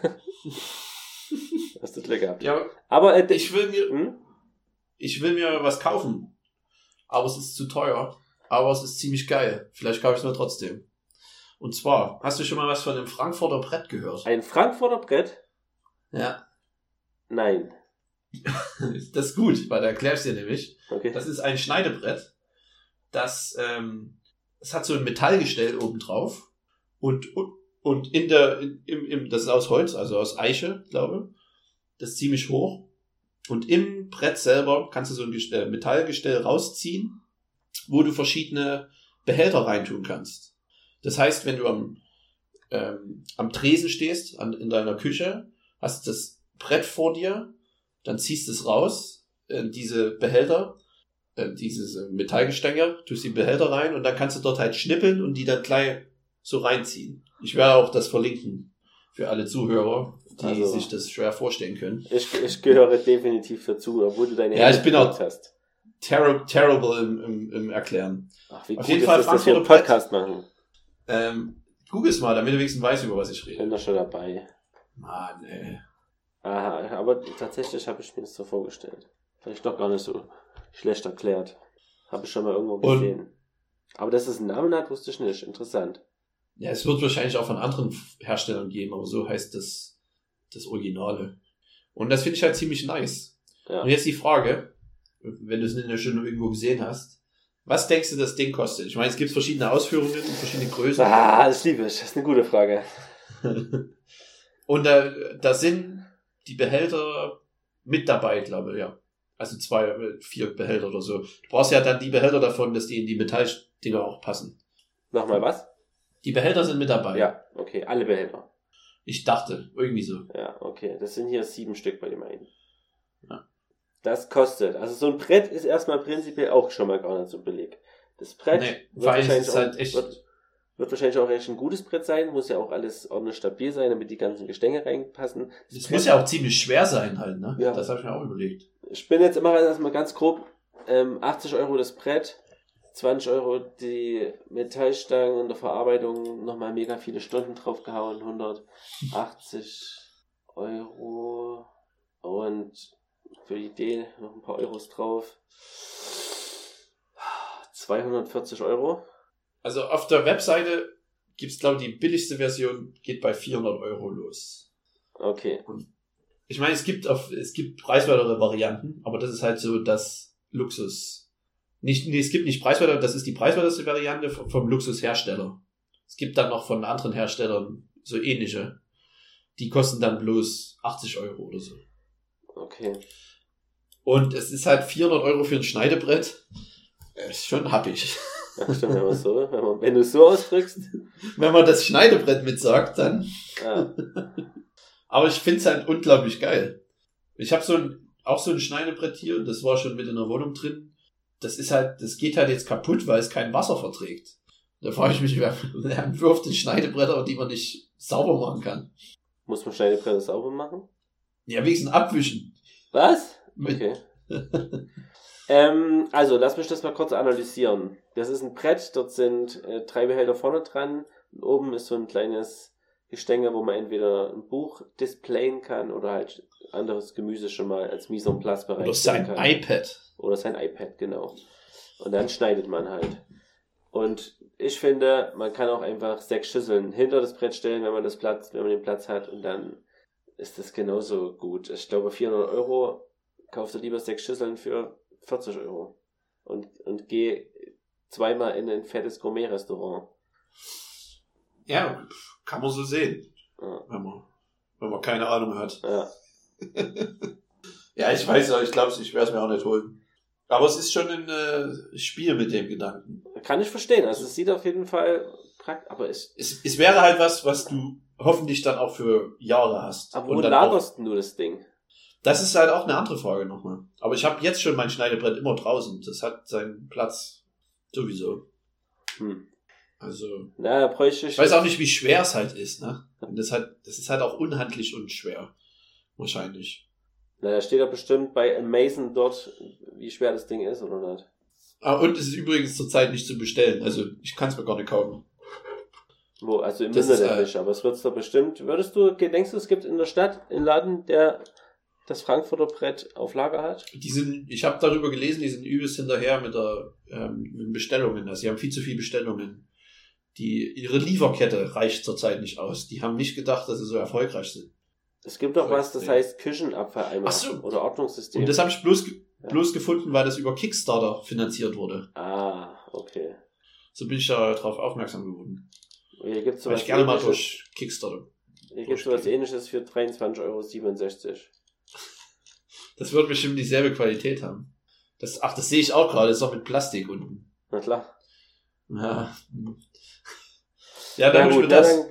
Hast du Glück gehabt. Ja, Aber ich will hm? mir was kaufen. Aber es ist zu teuer. Aber es ist ziemlich geil. Vielleicht kaufe ich es mir trotzdem. Und zwar, hast du schon mal was von dem Frankfurter Brett gehört? Ein Frankfurter Brett? Ja. Nein. Das ist gut, weil da erkläre ich dir nämlich. Okay. Das ist ein Schneidebrett. Das hat so ein Metallgestell oben drauf. Und das ist aus Holz, also aus Eiche, glaube ich. Das ist ziemlich hoch. Und im Brett selber kannst du so ein Metallgestell rausziehen, wo du verschiedene Behälter reintun kannst. Das heißt, wenn du am Tresen stehst, in deiner Küche, hast das Brett vor dir, dann ziehst du es raus, diese Behälter, dieses Metallgestänge, tust die Behälter rein und dann kannst du dort halt schnippeln und die dann gleich so reinziehen. Ich werde auch das verlinken für alle Zuhörer, die Also- sich das schwer vorstellen können. Ich gehöre definitiv dazu, obwohl du deine Ja, Hände ich bin auch- gedrückt hast. Terrible im Erklären. Ach, wie Auf gut jeden ist Fall das, dass wir einen Frankfurter Podcast machen. Google es mal, damit du wenigstens weißt, über was ich Ich rede. bin da schon dabei. Mann, ey. Aha, aber tatsächlich habe ich mir das so vorgestellt. Vielleicht doch gar nicht so schlecht erklärt. Habe ich schon mal irgendwo Und- gesehen. Aber dass es einen Namen hat, wusste ich nicht. Interessant. Ja, es wird wahrscheinlich auch von anderen Herstellern geben, aber so heißt das Originale. Und das finde ich halt ziemlich nice. Ja. Und jetzt die Frage, wenn du es nicht schon irgendwo gesehen hast, was denkst du, das Ding kostet? Ich meine, es gibt verschiedene Ausführungen und verschiedene Größen. Ah, das liebe ich. Das ist eine gute Frage. Und da sind die Behälter mit dabei, glaube ich, ja. Also 4 Behälter oder so. Du brauchst ja dann die Behälter davon, dass die in die Metalldinger auch passen. Nochmal was? Die Behälter sind mit dabei. Ja, okay. Alle Behälter. Ich dachte, irgendwie so. Ja, okay. Das sind hier 7 Stück bei dem einen. Ja. Das kostet. Also so ein Brett ist erstmal prinzipiell auch schon mal gar nicht so billig. Das Brett Nee, wird vor allem wahrscheinlich ist es halt echt- Wird wahrscheinlich auch echt ein gutes Brett sein. Muss ja auch alles ordentlich stabil sein, damit die ganzen Gestänge reinpassen. Das muss ja auch ziemlich schwer sein halt, ne? Ja. Das habe ich mir auch überlegt. Ich bin jetzt immer erstmal ganz grob 80 € das Brett, 20 € die Metallstangen und der Verarbeitung, nochmal mega viele Stunden draufgehauen, 180 € und für die Idee noch ein paar Euros drauf. 240 €. Also auf der Webseite gibt es, glaube ich, die billigste Version geht bei 400 € los. Okay. Ich meine, es gibt preiswertere Varianten, aber das ist halt so das Luxus. Es gibt nicht preiswerter, das ist die preiswerteste Variante vom Luxushersteller. Es gibt dann noch von anderen Herstellern so ähnliche. Die kosten dann bloß 80 € oder so. Okay. Und es ist halt 400 € für ein Schneidebrett. Ist schon happig. Ja, stimmt, wenn du es so ausdrückst. Wenn man das Schneidebrett mitsagt, dann. Ja. Aber ich finde es halt unglaublich geil. Ich habe auch so ein Schneidebrett hier und das war schon mit in der Wohnung drin. Das geht halt jetzt kaputt, weil es kein Wasser verträgt. Da frage ich mich, wer entwirft denn Schneidebretter, die man nicht sauber machen kann? Muss man Schneidebrett sauber machen? Ja, wenigstens abwischen. Was? Okay. Also, lass mich das mal kurz analysieren. Das ist ein Brett, dort sind 3 Behälter vorne dran. Und oben ist so ein kleines Gestänge, wo man entweder ein Buch displayen kann oder halt anderes Gemüse schon mal als Mise en place bereitstellen Oder sein kann. iPad. Oder sein iPad, genau. Und dann schneidet man halt. Und ich finde, man kann auch einfach 6 Schüsseln hinter das Brett stellen, wenn man den Platz hat, und dann ist das genauso gut. Ich glaube, 400 € kaufst du lieber 6 Schüsseln für 40 € und geh zweimal in ein fettes Gourmet-Restaurant. Ja, kann man so sehen. Ja. Wenn man keine Ahnung hat. Ja. Ja, ich weiß ja, ich glaube, ich werde es mir auch nicht holen. Aber es ist schon ein Spiel mit dem Gedanken. Kann ich verstehen. Also es sieht auf jeden Fall praktisch, aber es wäre halt was du hoffentlich dann auch für Jahre hast. Aber wo lagerst du das Ding? Das ist halt auch eine andere Frage nochmal. Aber ich habe jetzt schon mein Schneidebrett immer draußen. Das hat seinen Platz sowieso. Also, na, bräuchte ich weiß auch nicht, wie schwer es halt ist, ne? Und das ist halt auch unhandlich und schwer. Wahrscheinlich. Na, da steht ja bestimmt bei Amazon dort, wie schwer das Ding ist, oder nicht? Ah, und es ist übrigens zurzeit nicht zu bestellen. Also, ich kann es mir gar nicht kaufen. Wo? Also im Internet nicht, aber es wird's doch bestimmt. Denkst du, es gibt in der Stadt einen Laden, der das Frankfurter Brett auf Lager hat? Ich habe darüber gelesen, die sind übelst hinterher mit Bestellungen. Also, sie haben viel zu viele Bestellungen. Ihre Lieferkette reicht zurzeit nicht aus. Die haben nicht gedacht, dass sie so erfolgreich sind. Es gibt doch was, das heißt Küchenabfalleimer. Ach so. Oder Ordnungssystem. Und das habe ich bloß gefunden, weil das über Kickstarter finanziert wurde. Ah, okay. So bin ich da drauf aufmerksam geworden. Hier gibt's weil ich gerne mal durch Kickstarter. Hier gibt es was Ähnliches für 23,67 €. Das wird bestimmt dieselbe Qualität haben. Das sehe ich auch gerade. Das ist doch mit Plastik unten. Na klar. Ja. Ja, dann gut, das.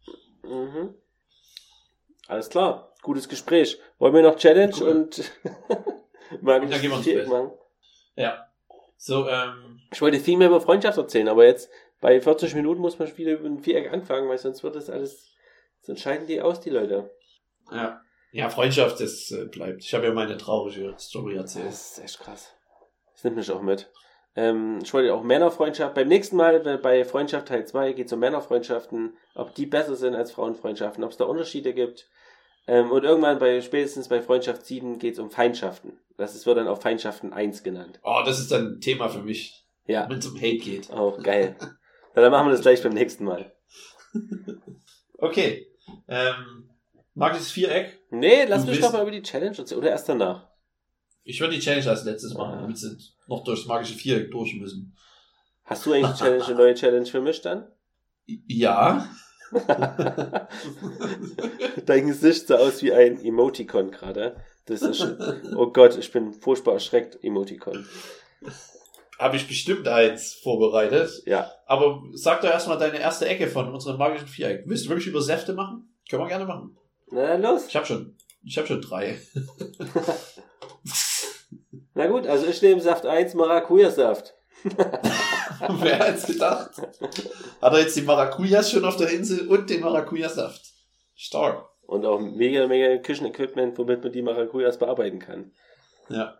Alles klar. Gutes Gespräch. Wollen wir noch Challenge und dann gehen wir ins Bett. machen? Ja. So, ich wollte viel mehr über Freundschaft erzählen, aber jetzt bei 40 Minuten muss man wieder über ein Viereck anfangen, weil sonst wird das alles, sonst scheiden die aus, die Leute. Ja. Ja, Freundschaft, das bleibt. Ich habe ja meine traurige Story erzählt. Das ist echt krass. Das nimmt mich auch mit. Ich wollte auch Männerfreundschaft. Beim nächsten Mal, bei Freundschaft Teil 2, geht es um Männerfreundschaften, ob die besser sind als Frauenfreundschaften, ob es da Unterschiede gibt. Und irgendwann spätestens bei Freundschaft 7 geht es um Feindschaften. Wird dann auch Feindschaften 1 genannt. Oh, das ist dann ein Thema für mich. Ja. Wenn es um Hate geht. Auch geil. Dann machen wir das gleich beim nächsten Mal. Okay. Magisches Viereck? Nee, lass mich doch mal über die Challenge erzählen. Oder erst danach. Ich würde die Challenge als letztes machen, damit sie noch durchs magische Viereck durch müssen. Hast du eigentlich eine neue Challenge für mich dann? Ja. Dein Gesicht sah aus wie ein Emoticon gerade. Das ist, oh Gott, ich bin furchtbar erschreckt, Emoticon. Habe ich bestimmt eins vorbereitet. Ja. Aber sag doch erstmal deine erste Ecke von unserem magischen Viereck. Willst du wirklich über Säfte machen? Können wir gerne machen. Na, los. Ich hab schon 3. Na gut, also ich nehme Saft 1, Maracuja-Saft. Wer hat's gedacht? Hat er jetzt die Maracujas schon auf der Insel und den Maracuja-Saft? Stark. Und auch mega, mega Küchenequipment, womit man die Maracujas bearbeiten kann. Ja.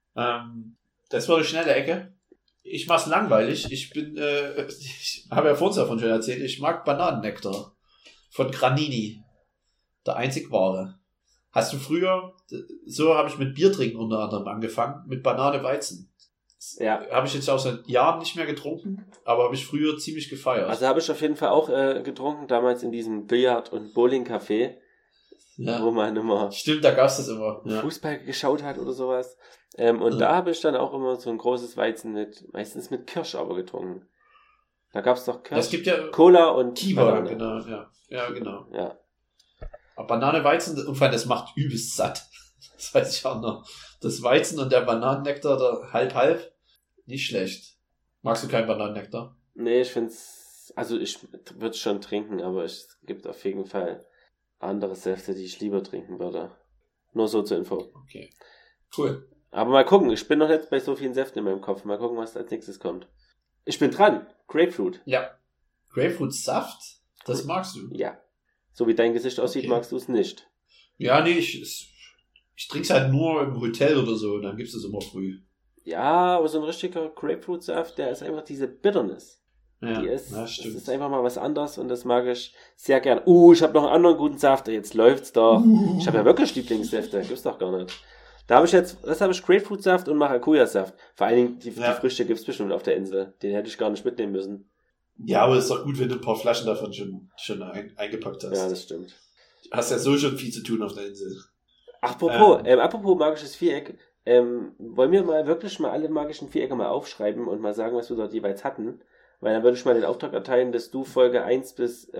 Das war eine schnelle Ecke. Ich mach's langweilig. Ich habe ja vorhin davon schon erzählt, ich mag Bananennektar von Granini. Der einzig wahre. Hast du früher, so habe ich mit Biertrinken unter anderem angefangen, mit Banane-Weizen. Ja. Habe ich jetzt auch seit Jahren nicht mehr getrunken, aber habe ich früher ziemlich gefeiert. Also habe ich auf jeden Fall auch getrunken, damals in diesem Billard- und Bowling-Café, wo man immer Stimmt, da gab's das immer. Fußball geschaut hat oder sowas. Und da habe ich dann auch immer so ein großes Weizen meistens mit Kirsch aber getrunken. Da gab's doch Kirsch, es gibt ja Cola und Kiba, Banane. genau, ja, genau. Ja. Aber Banane-Weizen, und vor allem, das macht übelst satt. Das weiß ich auch noch. Das Weizen und der Bananennektar, der halb, nicht schlecht. Magst du keinen Bananennektar? Nee, ich find's, also ich würde es schon trinken, aber es gibt auf jeden Fall andere Säfte, die ich lieber trinken würde. Nur so zur Info. Okay. Cool. Aber mal gucken, ich bin noch nicht bei so vielen Säften in meinem Kopf. Mal gucken, was als nächstes kommt. Ich bin dran. Grapefruit. Ja. Grapefruit-Saft? Das magst du? Ja. So wie dein Gesicht aussieht, Okay. magst du es nicht. Ja, nee, ich trink's halt nur im Hotel oder so, und dann gibt's es immer früh. Ja, aber so ein richtiger Grapefruit-Saft, der ist einfach diese Bitterness. Ja, Die ist, das das stimmt. ist einfach mal was anderes und das mag ich sehr gern. Ich habe noch einen anderen guten Saft. Jetzt läuft's doch. Ich habe ja wirklich Lieblingssäfte. Gibt's doch gar nicht. Da habe ich jetzt, was habe ich? Grapefruit-Saft und Maracuja-Saft. Vor allen Dingen, die Früchte gibt's bestimmt auf der Insel. Den hätte ich gar nicht mitnehmen müssen. Ja, aber es ist doch gut, wenn du ein paar Flaschen davon schon eingepackt hast. Ja, das stimmt. Hast ja so schon viel zu tun auf der Insel. Apropos magisches Viereck. Wollen wir mal wirklich mal alle magischen Vierecke mal aufschreiben und mal sagen, was wir dort jeweils hatten? Weil dann würde ich mal den Auftrag erteilen, dass du Folge 1 bis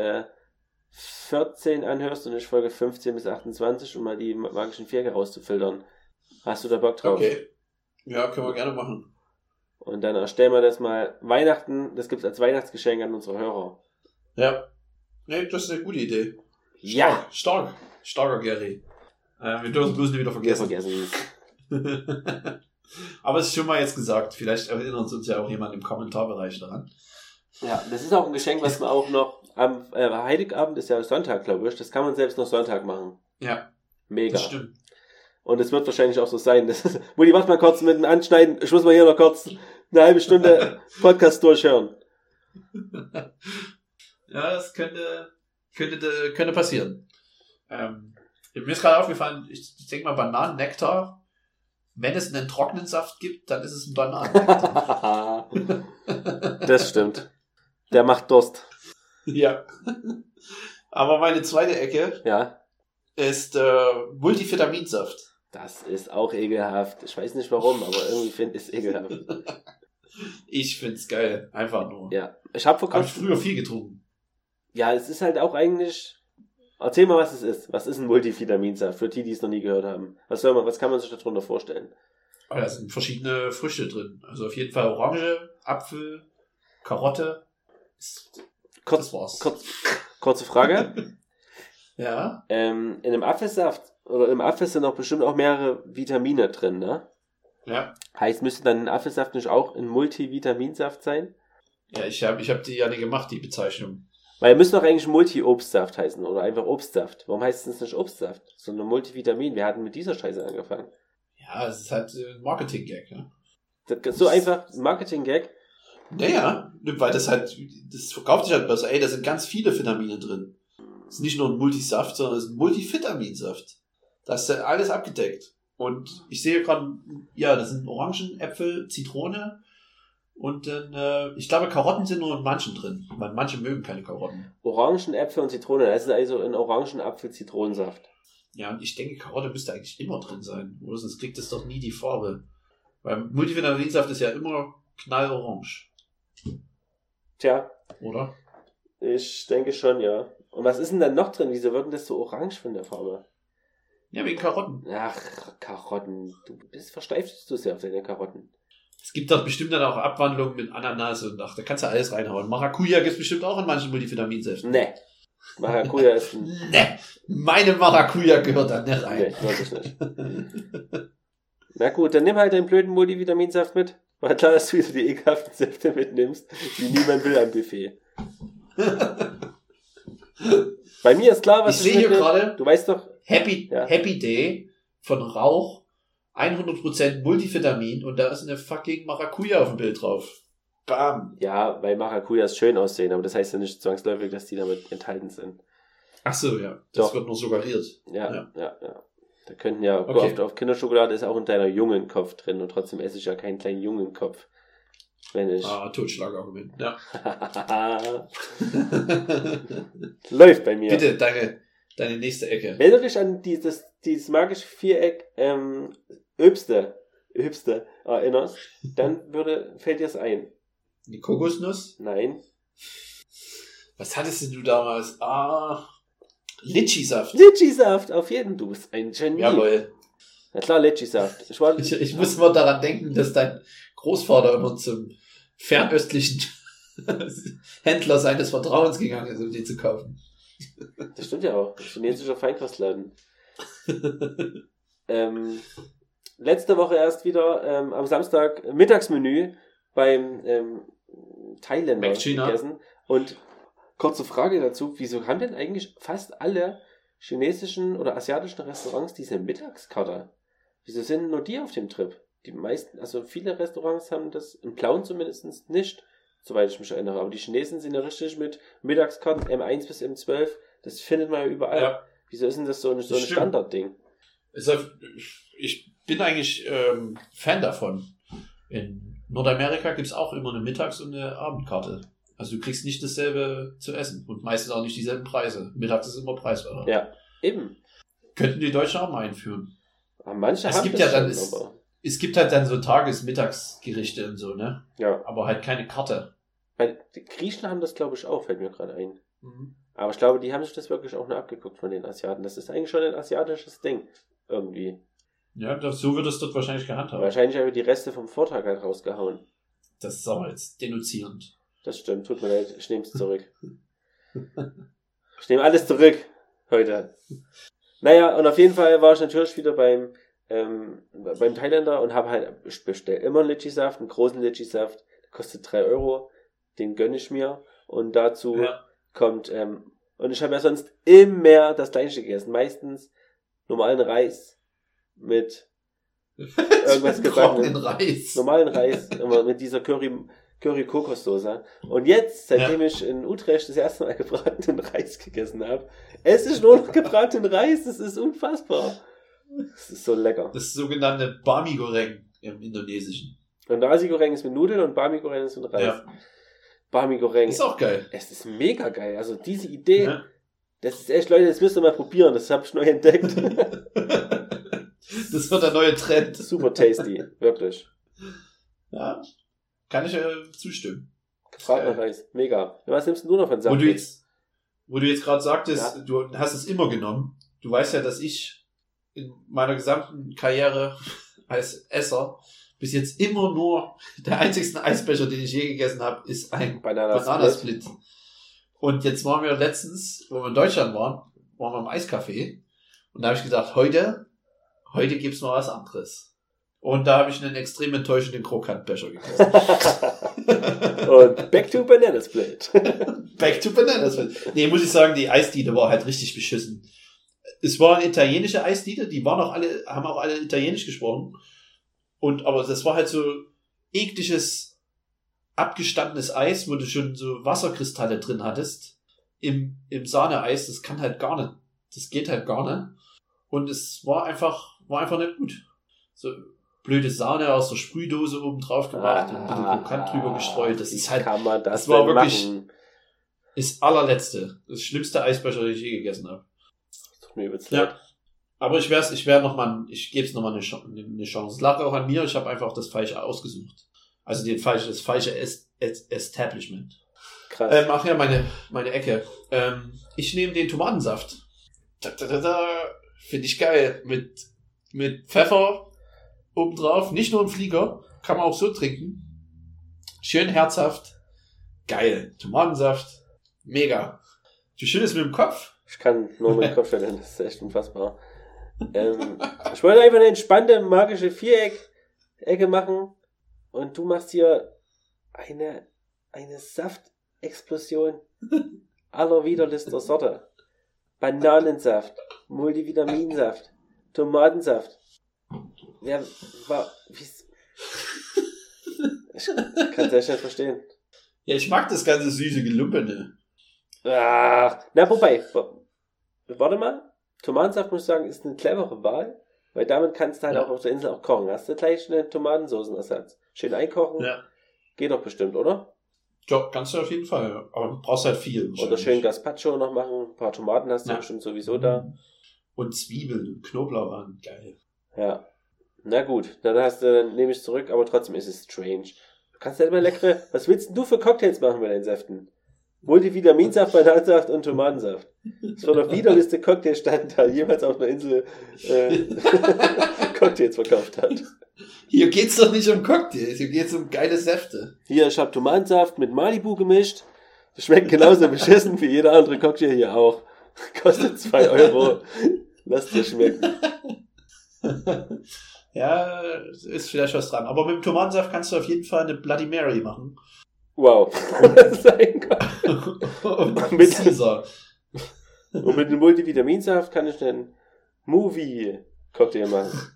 14 anhörst und ich Folge 15 bis 28, um mal die magischen Vierecke rauszufiltern. Hast du da Bock drauf? Okay. Ja, können wir gerne machen. Und dann erstellen wir das mal Weihnachten, das gibt's als Weihnachtsgeschenk an unsere Hörer. Ja. Nee, das ist eine gute Idee. Ja! Starker Gary. Wir dürfen bloß nicht wieder vergessen. Aber es ist schon mal jetzt gesagt. Vielleicht erinnert uns ja auch jemand im Kommentarbereich daran. Ja, das ist auch ein Geschenk, was man auch noch am Heiligabend ist ja Sonntag, glaube ich. Das kann man selbst noch Sonntag machen. Ja. Mega. Das stimmt. Und es wird wahrscheinlich auch so sein. Mutti, warte mal kurz mit dem Anschneiden. Ich muss mal hier noch kurz eine halbe Stunde Podcast durchhören. Ja, das könnte passieren. Mir ist gerade aufgefallen, ich denke mal Bananennektar, wenn es einen trockenen Saft gibt, dann ist es ein Bananennektar. Das stimmt. Der macht Durst. Ja. Aber meine zweite Ecke ist Multivitaminsaft. Das ist auch ekelhaft. Ich weiß nicht warum, aber irgendwie finde ich es ekelhaft. Ich find's geil. Einfach nur. Ja. Ich habe Hab ich früher viel getrunken. Ja, es ist halt auch eigentlich... Erzähl mal, was es ist. Was ist ein Multivitaminsaft? Für die es noch nie gehört haben. Was kann man sich darunter vorstellen? Da sind verschiedene Früchte drin. Also auf jeden Fall Orange, Apfel, Karotte. Das war's. Kurze Frage. Ja. In einem Apfelsaft oder im Apfel sind auch bestimmt auch mehrere Vitamine drin, ne? Ja. Heißt, müsste dann ein Apfelsaft nicht auch ein Multivitaminsaft sein? Ja, ich hab die ja nicht gemacht, die Bezeichnung. Weil müsste doch eigentlich Multi-Obstsaft heißen oder einfach Obstsaft. Warum heißt es nicht Obstsaft, sondern Multivitamin? Wir hatten mit dieser Scheiße angefangen. Ja, es ist halt ein Marketing-Gag, ja. Das so einfach ein Marketing-Gag. Naja, weil das verkauft sich halt besser. Ey, da sind ganz viele Vitamine drin. Das ist nicht nur ein Multisaft, sondern es ist ein Multivitaminsaft. Da ist ja alles abgedeckt. Und ich sehe gerade, ja, das sind Orangen, Äpfel, Zitrone und dann, ich glaube, Karotten sind nur in manchen drin. Weil manche mögen keine Karotten. Orangen, Äpfel und Zitrone. Das ist also ein Orangen-Apfel-Zitronensaft. Ja, und ich denke, Karotte müsste eigentlich immer drin sein. Oder sonst kriegt es doch nie die Farbe. Weil Multivitaminsaft ist ja immer knallorange. Tja. Oder? Ich denke schon, ja. Und was ist denn dann noch drin? Wieso wird denn das so orange von der Farbe? Ja, wegen Karotten. Ach, Karotten. Du versteifst du sehr auf deine Karotten. Es gibt doch bestimmt dann auch Abwandlungen mit Ananas und ach, da kannst du alles reinhauen. Maracuja gibt es bestimmt auch in manchen Multivitaminsäften. Nee. Maracuja ist ein... Nee. Meine Maracuja gehört da nicht rein. Nee, wirklich nicht. Na gut, dann nimm halt den blöden Multivitaminsaft mit. War klar, dass du wieder die ekelhaften Säfte mitnimmst, die niemand will am Buffet. Bei mir ist klar, was ich sehe hier gerade, du weißt doch, Happy Day von Rauch, 100% Multivitamin und da ist eine fucking Maracuja auf dem Bild drauf. Bam. Ja, weil Maracujas schön aussehen, aber das heißt ja nicht zwangsläufig, dass die damit enthalten sind. Ach so, ja. Das Doch. wird nur suggeriert. Ja. Da könnten ja, Okay. oft auf Kinderschokolade ist auch in deiner Jungenkopf drin und trotzdem esse ich ja keinen kleinen Jungenkopf. Wenn ich. Totschlagargument. Ja. Läuft bei mir. Bitte, deine nächste Ecke. Wenn du dich an dieses magische Viereck Öbste erinnerst, dann fällt dir es ein. Die Kokosnuss? Nein. Was hattest denn du damals? Litschi-Saft. Litschi-Saft, auf jeden Fall. Du bist ein Genie. Jawohl. Na klar, Litschi-Saft. Ich muss mal daran denken, dass dein Großvater immer zum fernöstlichen Händler seines Vertrauens gegangen ist, um die zu kaufen. Das stimmt ja auch. Chinesischer Feinkostladen. Letzte Woche erst wieder am Samstag Mittagsmenü beim Thailänder gegessen. Und kurze Frage dazu, wieso haben denn eigentlich fast alle chinesischen oder asiatischen Restaurants diese Mittagskarte? Wieso sind nur die auf dem Trip? Die meisten, also viele Restaurants haben das, im Blauen zumindest nicht, soweit ich mich erinnere. Aber die Chinesen sind ja richtig mit Mittagskarten M1 bis M12, das findet man ja überall. Ja. Wieso ist denn das so ein Standardding? Ich bin eigentlich Fan davon. In Nordamerika gibt es auch immer eine Mittags- und eine Abendkarte. Also du kriegst nicht dasselbe zu essen und meistens auch nicht dieselben Preise. Mittags ist immer preiswerter. Ja, eben. Könnten die Deutschen auch mal einführen. Aber manche es gibt ja dann es gibt halt dann so Tages-Mittagsgerichte und so, ne? Ja. Aber halt keine Karte. Weil die Griechen haben das, glaube ich, auch, fällt mir gerade ein. Mhm. Aber ich glaube, die haben sich das wirklich auch nur abgeguckt von den Asiaten. Das ist eigentlich schon ein asiatisches Ding. Irgendwie. Ja, so wird es dort wahrscheinlich gehandhabt. Wahrscheinlich haben wir die Reste vom Vortag halt rausgehauen. Das ist aber jetzt denunzierend. Das stimmt, tut mir leid, ich nehme es zurück. Ich nehme alles zurück heute. Naja, und auf jeden Fall war ich natürlich wieder beim Thailänder und habe halt bestellt immer einen Litschi-Saft, einen großen Litschi-Saft, der kostet 3 €, den gönne ich mir und dazu kommt, und ich habe ja sonst immer das Gleiche gegessen, meistens normalen Reis mit irgendwas gebacken. Normalen Reis, immer mit dieser Curry-Kokossoße. Und jetzt, seitdem ich in Utrecht das erste Mal gebratenen Reis gegessen habe, esse ich nur noch gebratenen Reis. Das ist unfassbar. Das ist so lecker. Das sogenannte Bami Goreng im Indonesischen. Und Nasi Goreng ist mit Nudeln und Bami Goreng ist mit Reis. Ja. Bami Goreng. Ist auch geil. Es ist mega geil. Also diese Idee, das ist echt, Leute, das müsst ihr mal probieren. Das habe ich neu entdeckt. Das wird der neue Trend. Super tasty, wirklich. Ja, kann ich zustimmen. Gebratener Reis, mega. Was nimmst du noch von Sachen? Wo du jetzt gerade sagtest, du hast es immer genommen. Du weißt ja, dass ich in meiner gesamten Karriere als Esser bis jetzt immer nur der einzigste Eisbecher, den ich je gegessen habe, ist ein Bananasplit. Und jetzt waren wir letztens, wo wir in Deutschland waren wir im Eiscafé und da habe ich gedacht, heute gibt's mal was anderes. Und da habe ich einen extrem enttäuschenden Krokantbecher gegessen. Und back to Bananasplit. Back to Bananasplit. Nee, muss ich sagen, die Eisdiele war halt richtig beschissen. Es war eine italienische Eisdiele, haben auch alle Italienisch gesprochen. Aber das war halt so ekliges, abgestandenes Eis, wo du schon so Wasserkristalle drin hattest. Im Sahneeis, das kann halt gar nicht. Das geht halt gar nicht. Und es war einfach nicht gut. So blöde Sahne aus der Sprühdose oben drauf gemacht und ein bisschen Krokant drüber gestreut. Das ist halt, das war wirklich das allerletzte. Das schlimmste Eisbecher, den ich je gegessen habe. Mir übelst leid. Aber ich gebe es nochmal eine Chance. Es lag auch an mir, ich habe einfach das Falsche ausgesucht. Also das falsche Establishment. Krass. Ach ja, meine Ecke. Ich nehme den Tomatensaft. Finde ich geil. Mit Pfeffer obendrauf. Nicht nur im Flieger. Kann man auch so trinken. Schön herzhaft. Geil. Tomatensaft. Mega. Du schüttelst mit dem Kopf. Ich kann nur mit dem Kopf schütteln. Das ist echt unfassbar. Ich wollte einfach eine entspannte, magische Viereck-Ecke machen. und du machst hier eine Saftexplosion allerwiderlichster Sorte. Bananensaft, Multivitaminsaft, Tomatensaft. Ich kann es echt nicht verstehen. Ja, ich mag das ganze süße Gelumpene. Na, wobei, warte mal. Tomatensaft, muss ich sagen, ist eine clevere Wahl, weil damit kannst du halt auch auf der Insel auch kochen. Hast du gleich einen Tomatensoßenersatz. Schön einkochen. Ja. Geht doch bestimmt, oder? Ja, kannst du auf jeden Fall. Aber du brauchst halt viel. Oder schön Gazpacho noch machen. Ein paar Tomaten hast du bestimmt sowieso da. Und Zwiebeln und Knoblauch an. Geil. Ja. Na gut, dann nehme ich zurück, aber trotzdem ist es strange. Du kannst halt immer leckere, was willst denn du für Cocktails machen bei deinen Säften? Multivitaminsaft, Bananensaft und Tomatensaft. Das war der widerlichste Cocktailstand, der jemals auf einer Insel Cocktails verkauft hat. Hier geht's doch nicht um Cocktails, hier geht's um geile Säfte. Hier, ich habe Tomatensaft mit Malibu gemischt. Das schmeckt genauso beschissen wie jeder andere Cocktail hier auch. Kostet 2 €. Lass dir schmecken. Ja, ist vielleicht was dran. Aber mit dem Tomatensaft kannst du auf jeden Fall eine Bloody Mary machen. Wow. Und mit dem Multivitaminsaft kann ich einen Movie-Cocktail machen.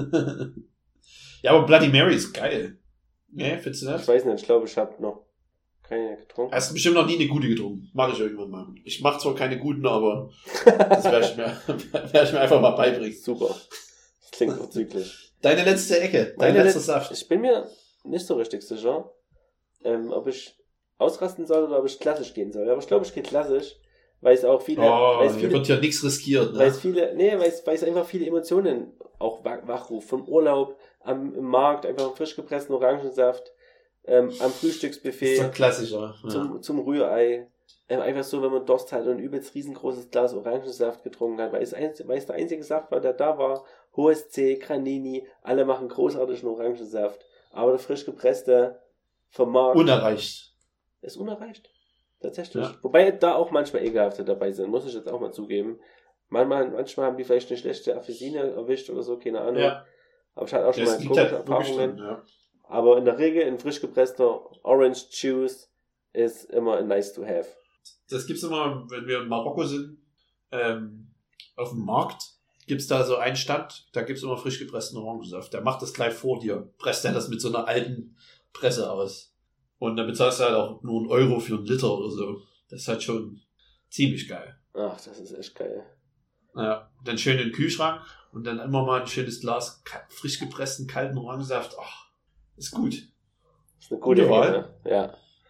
Ja, aber Bloody Mary ist geil. Ne, findest du das? Ich weiß nicht, ich glaube, ich habe noch keine getrunken. Hast du bestimmt noch nie eine gute getrunken. Mach ich irgendwann mal. Ich mache zwar keine guten, aber das werde ich mir einfach mal beibringen. Super. Das klingt vorzüglich. Deine letzte Ecke, dein letzter Saft. Ich bin mir nicht so richtig sicher, ob ich ausrasten soll oder ob ich klassisch gehen soll. Aber ich glaube, ich gehe klassisch, weil es auch viele... hier wird ja nichts riskiert. Ne? Weil es einfach viele Emotionen auch wachruft. Vom Urlaub, im Markt, einfach einen frisch gepressten Orangensaft, am Frühstücksbuffet. Das ist doch klassischer. Zum Rührei. Einfach so, wenn man Durst hat und ein übelst riesengroßes Glas Orangensaft getrunken hat, weil es der einzige Saft war, der da war. Hohes C, Granini, alle machen großartigen Orangensaft. Aber der frisch gepresste vom Markt... Unerreicht. Ist unerreicht. Tatsächlich. Ja. Wobei da auch manchmal ekelhafte dabei sind, muss ich jetzt auch mal zugeben. Manchmal haben die vielleicht eine schlechte Apfelsine erwischt oder so, keine Ahnung. Ja. Aber ich hatte auch schon mal komische Erfahrungen. Ja. Aber in der Regel ein frisch gepresster Orange Juice ist immer ein nice to have. Das gibt's immer, wenn wir in Marokko sind, auf dem Markt gibt's da so einen Stand, da gibt's immer frisch gepressten Orangensaft. Der macht das gleich vor dir, presst er das mit so einer alten Presse aus. Und dann bezahlst du halt auch nur 1 € für 1 Liter oder so. Das ist halt schon ziemlich geil. Ach, das ist echt geil. Ja, dann schön in den Kühlschrank und dann immer mal ein schönes Glas frisch gepressten kalten Orangensaft. Ach, ist gut. Das ist eine gute Wahl. Ja.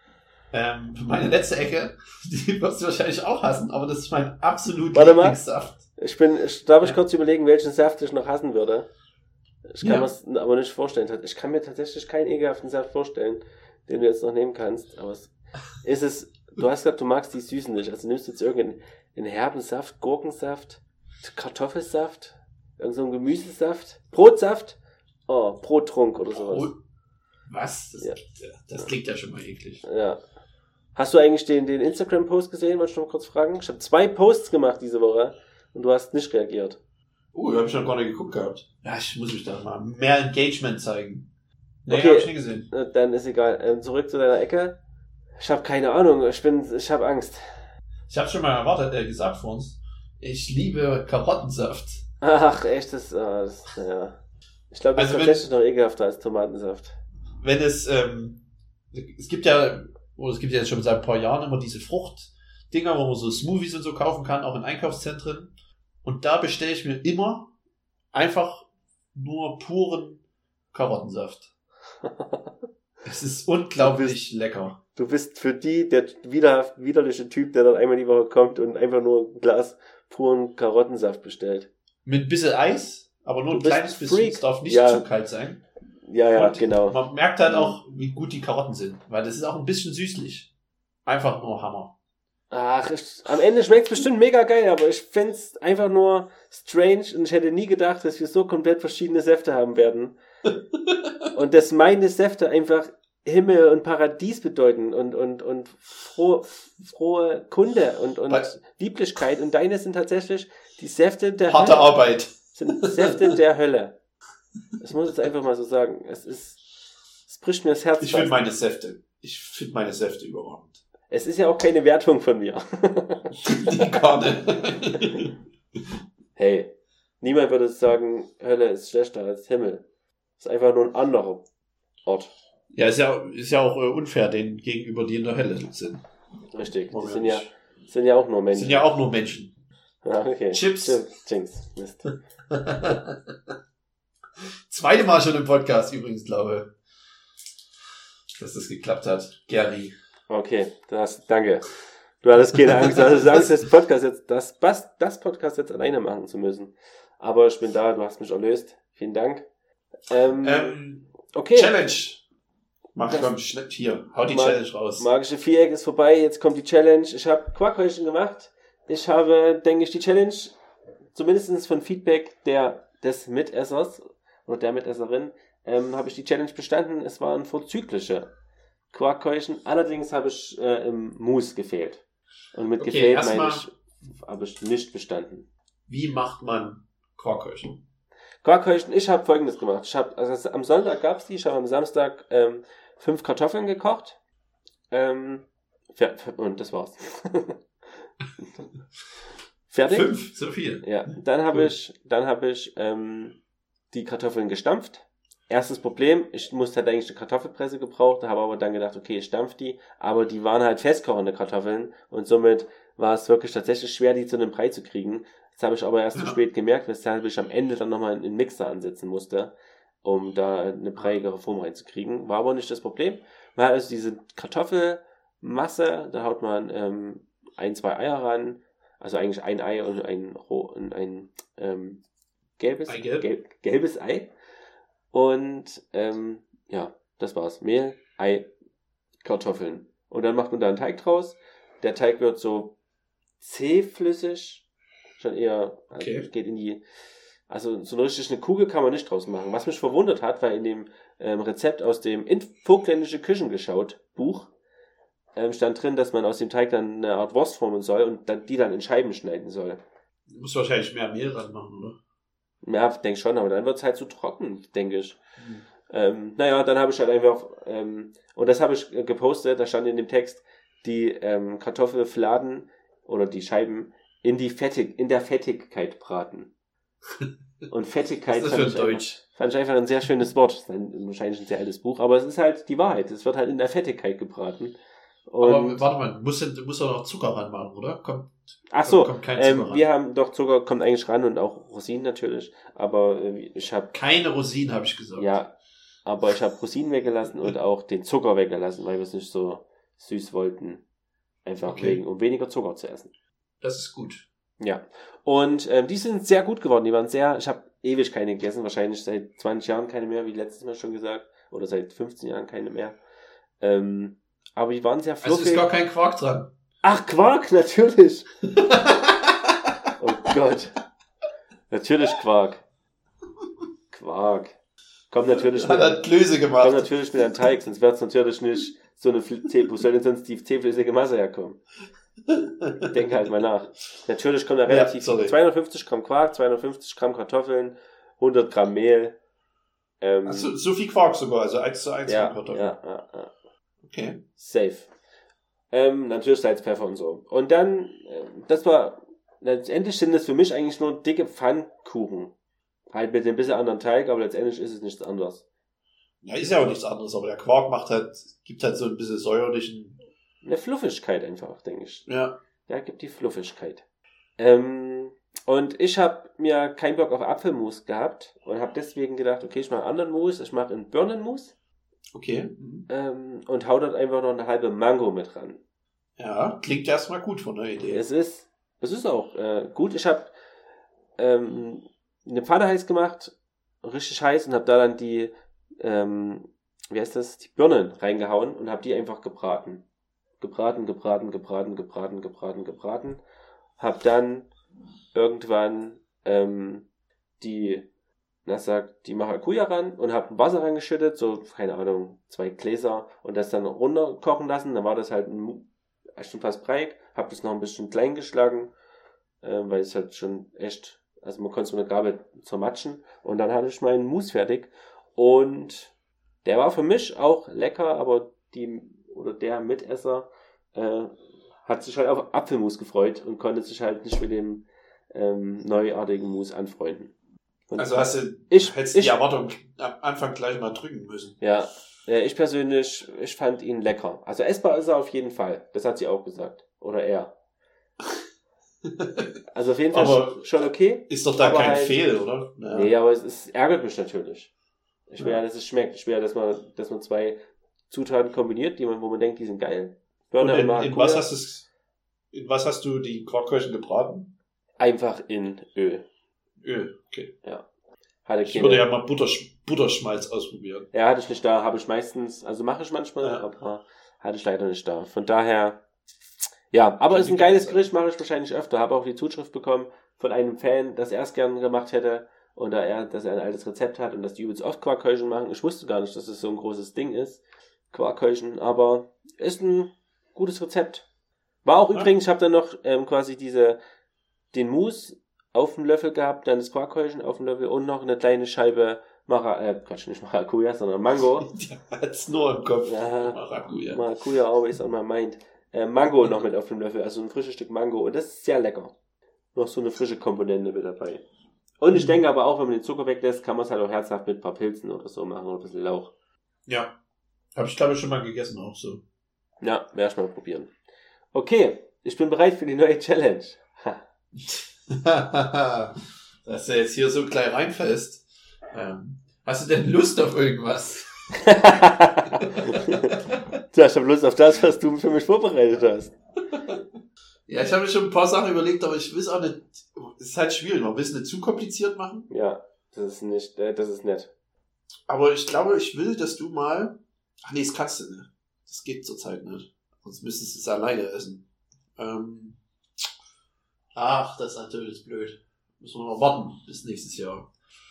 Meine letzte Ecke, die wirst du wahrscheinlich auch hassen, aber das ist mein absolut Lieblingssaft. Darf ich kurz überlegen, welchen Saft ich noch hassen würde? Ich kann mir es aber nicht vorstellen. Ich kann mir tatsächlich keinen ekelhaften Saft vorstellen, den du jetzt noch nehmen kannst. Aber du hast gesagt, du magst die Süßen nicht. Also nimmst du jetzt irgendeinen herben Saft, Gurkensaft, Kartoffelsaft, irgend so einen Gemüsesaft, Brotsaft, Brottrunk oder sowas. Was? Das klingt ja schon mal eklig. Ja. Hast du eigentlich den Instagram-Post gesehen? Wollte ich noch kurz fragen? Ich habe 2 Posts gemacht diese Woche und du hast nicht reagiert. Da habe ich noch gar nicht geguckt gehabt. Ja, ich muss mich da mal mehr Engagement zeigen. Nee, okay, habe ich nie gesehen. Dann ist egal. Zurück zu deiner Ecke. Ich habe keine Ahnung. Ich habe Angst. Ich habe schon mal gesagt vor uns. Ich liebe Karottensaft. Ach, echt? Ja. Ich glaube, das ist tatsächlich noch ekelhafter als Tomatensaft. Wenn es gibt ja jetzt schon seit ein paar Jahren immer diese Fruchtdinger, wo man so Smoothies und so kaufen kann, auch in Einkaufszentren. Und da bestelle ich mir immer einfach nur puren Karottensaft. Es ist unglaublich lecker. Du bist für der widerliche Typ, der dann einmal die Woche kommt und einfach nur ein Glas puren Karottensaft bestellt. Mit ein bisschen Eis, aber nur ein kleines bisschen. Es darf nicht zu kalt sein. Ja, und genau. Man merkt halt auch, wie gut die Karotten sind, weil das ist auch ein bisschen süßlich. Einfach nur Hammer. Ach, am Ende schmeckt es bestimmt mega geil, aber ich find's einfach nur strange und ich hätte nie gedacht, dass wir so komplett verschiedene Säfte haben werden. Und dass meine Säfte einfach Himmel und Paradies bedeuten und frohe Kunde und Lieblichkeit, und deine sind tatsächlich die Säfte der harte Hölle. Arbeit. Sind Säfte der Hölle. Das muss ich jetzt einfach mal so sagen. Es Es bricht mir das Herz. Ich finde meine Säfte überragend. Es ist ja auch keine Wertung von mir. Die gar nicht. Hey, niemand würde sagen, Hölle ist schlechter als Himmel. Es ist einfach nur ein anderer Ort. Ja, ist ja auch unfair denen gegenüber, die in der Hölle sind. Richtig, die sind ja auch nur Menschen. Sind ja auch nur Menschen. Ah, okay. Chips. Jinx. Mist. Zweite Mal schon im Podcast übrigens, glaube ich, dass das geklappt hat. Gary. Okay, danke. Du hattest keine Angst, das Podcast jetzt alleine machen zu müssen. Aber ich bin da, du hast mich erlöst. Vielen Dank. Okay. Challenge. Hau die Challenge raus. Magische Viereck ist vorbei, jetzt kommt die Challenge. Ich habe Quarkhäuschen gemacht. Ich habe, denke ich, die Challenge, zumindest von Feedback des Mitessers oder der Mitesserin, habe ich die Challenge bestanden. Es waren vorzügliche Quarkhäuschen. Allerdings habe ich im Mousse gefehlt. Und mit gefehlt meine ich, habe ich nicht bestanden. Wie macht man Quarkhäuschen? Quarkhäuschen, ich habe Folgendes gemacht. Am Sonntag gab es die, ich habe am Samstag 5 Kartoffeln gekocht. Und das war's. Fertig? 5? So viel? Ja. Dann habe ich die Kartoffeln gestampft. Erstes Problem, ich musste halt eigentlich eine Kartoffelpresse gebraucht, habe aber dann gedacht, okay, ich stampfe die, aber die waren halt festkochende Kartoffeln und somit war es wirklich tatsächlich schwer, die zu einem Brei zu kriegen. Das habe ich aber erst zu spät gemerkt, weshalb ich am Ende dann nochmal einen Mixer ansetzen musste, um da eine breiigere Form reinzukriegen. War aber nicht das Problem. Man hat also diese Kartoffelmasse, da haut man 1, 2 Eier ran, also eigentlich ein Ei und ein gelbes Ei. Und das war's. Mehl, Ei, Kartoffeln. Und dann macht man da einen Teig draus. Der Teig wird so zähflüssig, schon eher, geht in die, also so eine Kugel kann man nicht draus machen. Was mich verwundert hat, weil in dem Rezept aus dem Vogtländische Küchen geschaut Buch stand drin, dass man aus dem Teig dann eine Art Wurst formen soll und die dann in Scheiben schneiden soll. Du musst wahrscheinlich mehr Mehl dran machen, oder? Ja, denke schon, aber dann wird es halt zu trocken, denke ich. Dann habe ich halt einfach, und das habe ich gepostet, da stand in dem Text, die Kartoffelfladen oder die Scheiben in der Fettigkeit braten. Und Fettigkeit Was ist das für Deutsch? Fand ich einfach ein sehr schönes Wort. Wahrscheinlich ein sehr altes Buch, aber es ist halt die Wahrheit. Es wird halt in der Fettigkeit gebraten. Und aber warte mal, du musst doch noch Zucker ranmachen, oder? Kommt kein Zucker ran. Wir haben doch Zucker, kommt eigentlich ran und auch Rosinen natürlich, aber ich habe... Keine Rosinen, habe ich gesagt. Ja, aber ich habe Rosinen weggelassen und auch den Zucker weggelassen, weil wir es nicht so süß wollten. Einfach um weniger Zucker zu essen. Das ist gut. Ja, und die sind sehr gut geworden. Ich habe ewig keine gegessen, wahrscheinlich seit 20 Jahren keine mehr, wie letztes Mal schon gesagt, oder seit 15 Jahren keine mehr. Aber die waren sehr fluffig. Also ist gar kein Quark dran. Ach, Quark, natürlich. Oh Gott. Natürlich Quark. Kommt natürlich Hat Klöße gemacht. Kommt natürlich mit einem Teig, sonst wäre es natürlich nicht so eine wo soll denn sonst die zähflüssige Masse herkommen? Denk halt mal nach. Natürlich kommt da relativ 250 Gramm Quark, 250 Gramm Kartoffeln, 100 Gramm Mehl. Also so viel Quark sogar, also 1:1 Kartoffeln. Ja. Okay. Safe. Natürlich Salz, Pfeffer und so. Und dann, letztendlich sind das für mich eigentlich nur dicke Pfannkuchen. Halt mit ein bisschen anderen Teig, aber letztendlich ist es nichts anderes. Ja, ist ja auch nichts anderes, aber der Quark gibt halt so ein bisschen säuerlichen... Eine Fluffigkeit einfach, denke ich. Ja. Ja, gibt die Fluffigkeit. Und ich habe mir keinen Bock auf Apfelmus gehabt und habe deswegen gedacht, okay, ich mache einen anderen Mousse, ich mache einen Birnenmus. Okay. Und hau dort einfach noch eine halbe Mango mit ran. Ja, klingt erstmal gut von der Idee. Es ist auch gut. Ich habe eine Pfanne heiß gemacht, richtig heiß, und habe da dann die Birnen reingehauen und habe die einfach gebraten. Gebraten. Hab dann irgendwann die Maracuja ran und hab Wasser reingeschüttet, so, keine Ahnung, 2 Gläser, und das dann runterkochen lassen. Dann war das halt schon fast breiig. Hab das noch ein bisschen klein geschlagen, weil es halt schon echt, also man konnte es mit einer Gabel zermatschen, und dann hatte ich meinen Mousse fertig. Und Der war für mich auch lecker, aber der Mitesser hat sich halt auf Apfelmus gefreut und konnte sich halt nicht mit dem neuartigen Mus anfreunden. Und Also hättest du die Erwartung am Anfang gleich mal drücken müssen. Ja, ich persönlich, ich fand ihn lecker. Also essbar ist er auf jeden Fall. Das hat sie auch gesagt. Oder er. Also auf jeden Fall aber schon okay. Ist doch da kein halt, Fehl, oder? Ja. Nee, aber es ärgert mich natürlich. Ich will ja, dass es schmeckt. Ich will ja, dass man zwei Zutaten kombiniert, wo man denkt, die sind geil. Und in was hast du die Quarkkäuschen gebraten? Einfach in Öl. Öl, okay. Ja. Ich würde ja mal Butterschmalz ausprobieren. Ja, hatte ich nicht da. Habe ich meistens, also mache ich manchmal, aber hatte ich leider nicht da. Von daher, ja, aber ist ein geiles Gericht, mache ich wahrscheinlich öfter. Habe auch die Zuschrift bekommen von einem Fan, dass er es gerne gemacht hätte und dass er ein altes Rezept hat und dass die übelst oft Quarkkäuschen machen. Ich wusste gar nicht, dass es so ein großes Ding ist, Quarkkäuschen, aber ist ein gutes Rezept. War auch übrigens, ich habe dann noch quasi den Mousse auf dem Löffel gehabt, dann das Quarkkäuschen auf dem Löffel und noch eine kleine Scheibe nicht Maracuja, sondern Mango. Der hat's nur im Kopf. Ja, Maracuja. Maracuja always on my mind. Mango noch mit auf dem Löffel, also ein frisches Stück Mango und das ist sehr lecker. Noch so eine frische Komponente mit dabei. Und ich denke aber auch, wenn man den Zucker weglässt, kann man es halt auch herzhaft mit ein paar Pilzen oder so machen oder ein bisschen Lauch. Ja. Habe ich glaube ich schon mal gegessen, auch so. Ja, werde ich mal probieren. Okay, ich bin bereit für die neue Challenge. Dass du jetzt hier so gleich reinfällst. Hast du denn Lust auf irgendwas? Ja, ich habe Lust auf das, was du für mich vorbereitet hast. Ja, ich habe mir schon ein paar Sachen überlegt, aber ich will auch nicht. Es ist halt schwierig, man will es nicht zu kompliziert machen. Ja, das ist nett. Aber ich glaube, ich will, dass du mal. Ach nee, das kannst du nicht. Das geht zurzeit nicht. Sonst müsstest du es alleine essen. Ach, das ist natürlich blöd. Müssen wir mal warten bis nächstes Jahr.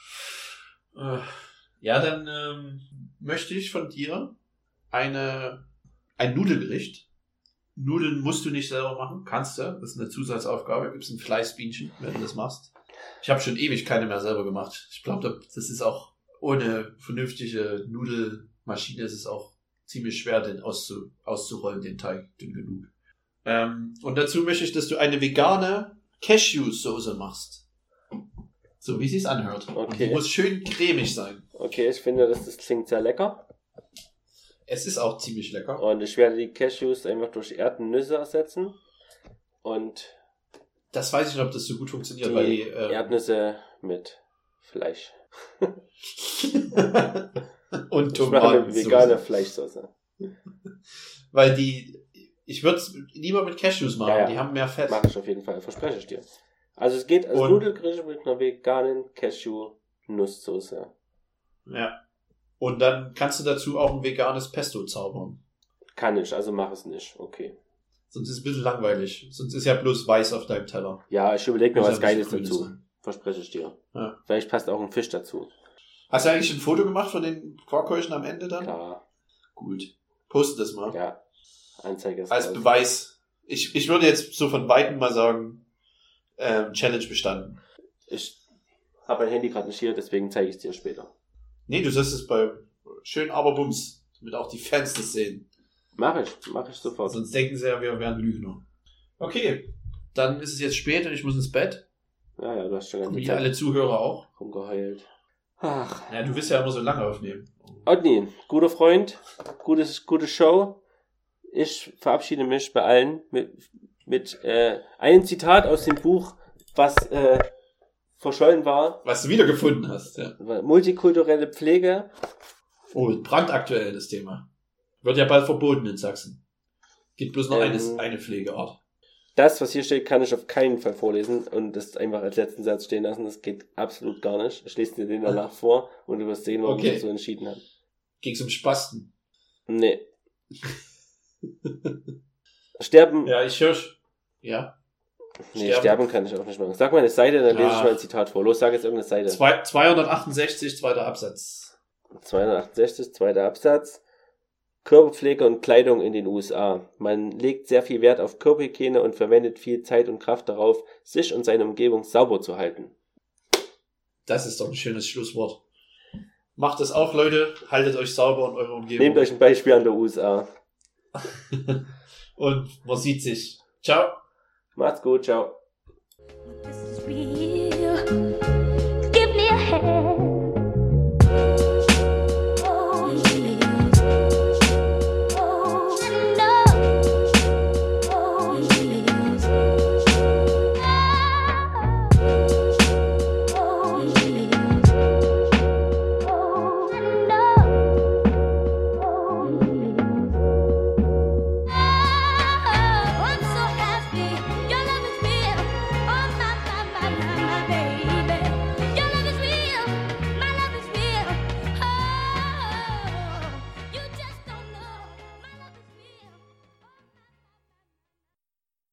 Ja, dann möchte ich von dir ein Nudelgericht. Nudeln musst du nicht selber machen, kannst du. Das ist eine Zusatzaufgabe. Gibt's ein Fleißbienchen, wenn du das machst. Ich habe schon ewig keine mehr selber gemacht. Ich glaube, das ist auch ohne vernünftige Nudelmaschine ist es auch ziemlich schwer, den auszurollen, den Teig dünn genug. Und dazu möchte ich, dass du eine vegane Cashew-Soße machst. So wie sich's anhört. Okay. Und die muss schön cremig sein. Okay, ich finde, das klingt sehr lecker. Es ist auch ziemlich lecker. Und ich werde die Cashews einfach durch Erdnüsse ersetzen. Und das weiß ich nicht, ob das so gut funktioniert, die weil die Erdnüsse mit Fleisch. und Ich mache eine Tomaten. vegane Fleischsoße. Weil ich würde es lieber mit Cashews machen, Ja. Die haben mehr Fett. Mache ich auf jeden Fall, verspreche ich dir. Also es geht als Nudelgericht mit einer veganen Cashew-Nusssoße. Ja. Und dann kannst du dazu auch ein veganes Pesto zaubern. Kann ich, also mach es nicht. Okay. Sonst ist es ein bisschen langweilig. Sonst ist ja bloß weiß auf deinem Teller. Ja, ich überlege mir Muss was ja ein Geiles bisschen dazu. grün sein. Verspreche ich dir. Ja. Vielleicht passt auch ein Fisch dazu. Hast du eigentlich ein Foto gemacht von den Quarkkäuschen am Ende dann? Klar. Gut. Poste das mal. Ja. Anzeige ist Als raus. Beweis. Ich würde jetzt so von Weitem mal sagen, Challenge bestanden. Ich habe mein Handy gerade nicht hier, deswegen zeige ich es dir später. Nee, du sollst es bei schön Aberbums, damit auch die Fans das sehen. Mach ich sofort. Sonst denken sie ja, wir wären Lügner. Okay, dann ist es jetzt spät und ich muss ins Bett. Ja, du hast schon ganz Wie alle Zuhörer auch. rumgeheult. Ach. Ja, du willst ja immer so lange aufnehmen. Otni, guter Freund, gute Show. Ich verabschiede mich bei allen mit einem Zitat aus dem Buch, was verschollen war. Was du wiedergefunden hast, ja. Multikulturelle Pflege. Oh, brandaktuell das Thema. Wird ja bald verboten in Sachsen. Gibt bloß noch eine Pflegeart. Das, was hier steht, kann ich auf keinen Fall vorlesen und das einfach als letzten Satz stehen lassen. Das geht absolut gar nicht. Ich lese dir den danach vor und du wirst sehen, warum ich das so entschieden habe. Ging's um Spasten? Nee. Sterben. Ja, ich höre. Ja. Nee, sterben kann ich auch nicht machen. Sag mal eine Seite, dann lese ich mal ein Zitat vor. Los, sag jetzt irgendeine Seite. 268, zweiter Absatz. 268, zweiter Absatz. Körperpflege und Kleidung in den USA. Man legt sehr viel Wert auf Körperhygiene und verwendet viel Zeit und Kraft darauf, sich und seine Umgebung sauber zu halten. Das ist doch ein schönes Schlusswort. Macht das auch, Leute. Haltet euch sauber in eurer Umgebung. Nehmt euch ein Beispiel an der USA. Und man sieht sich. Ciao. Macht's gut, ciao. This is real.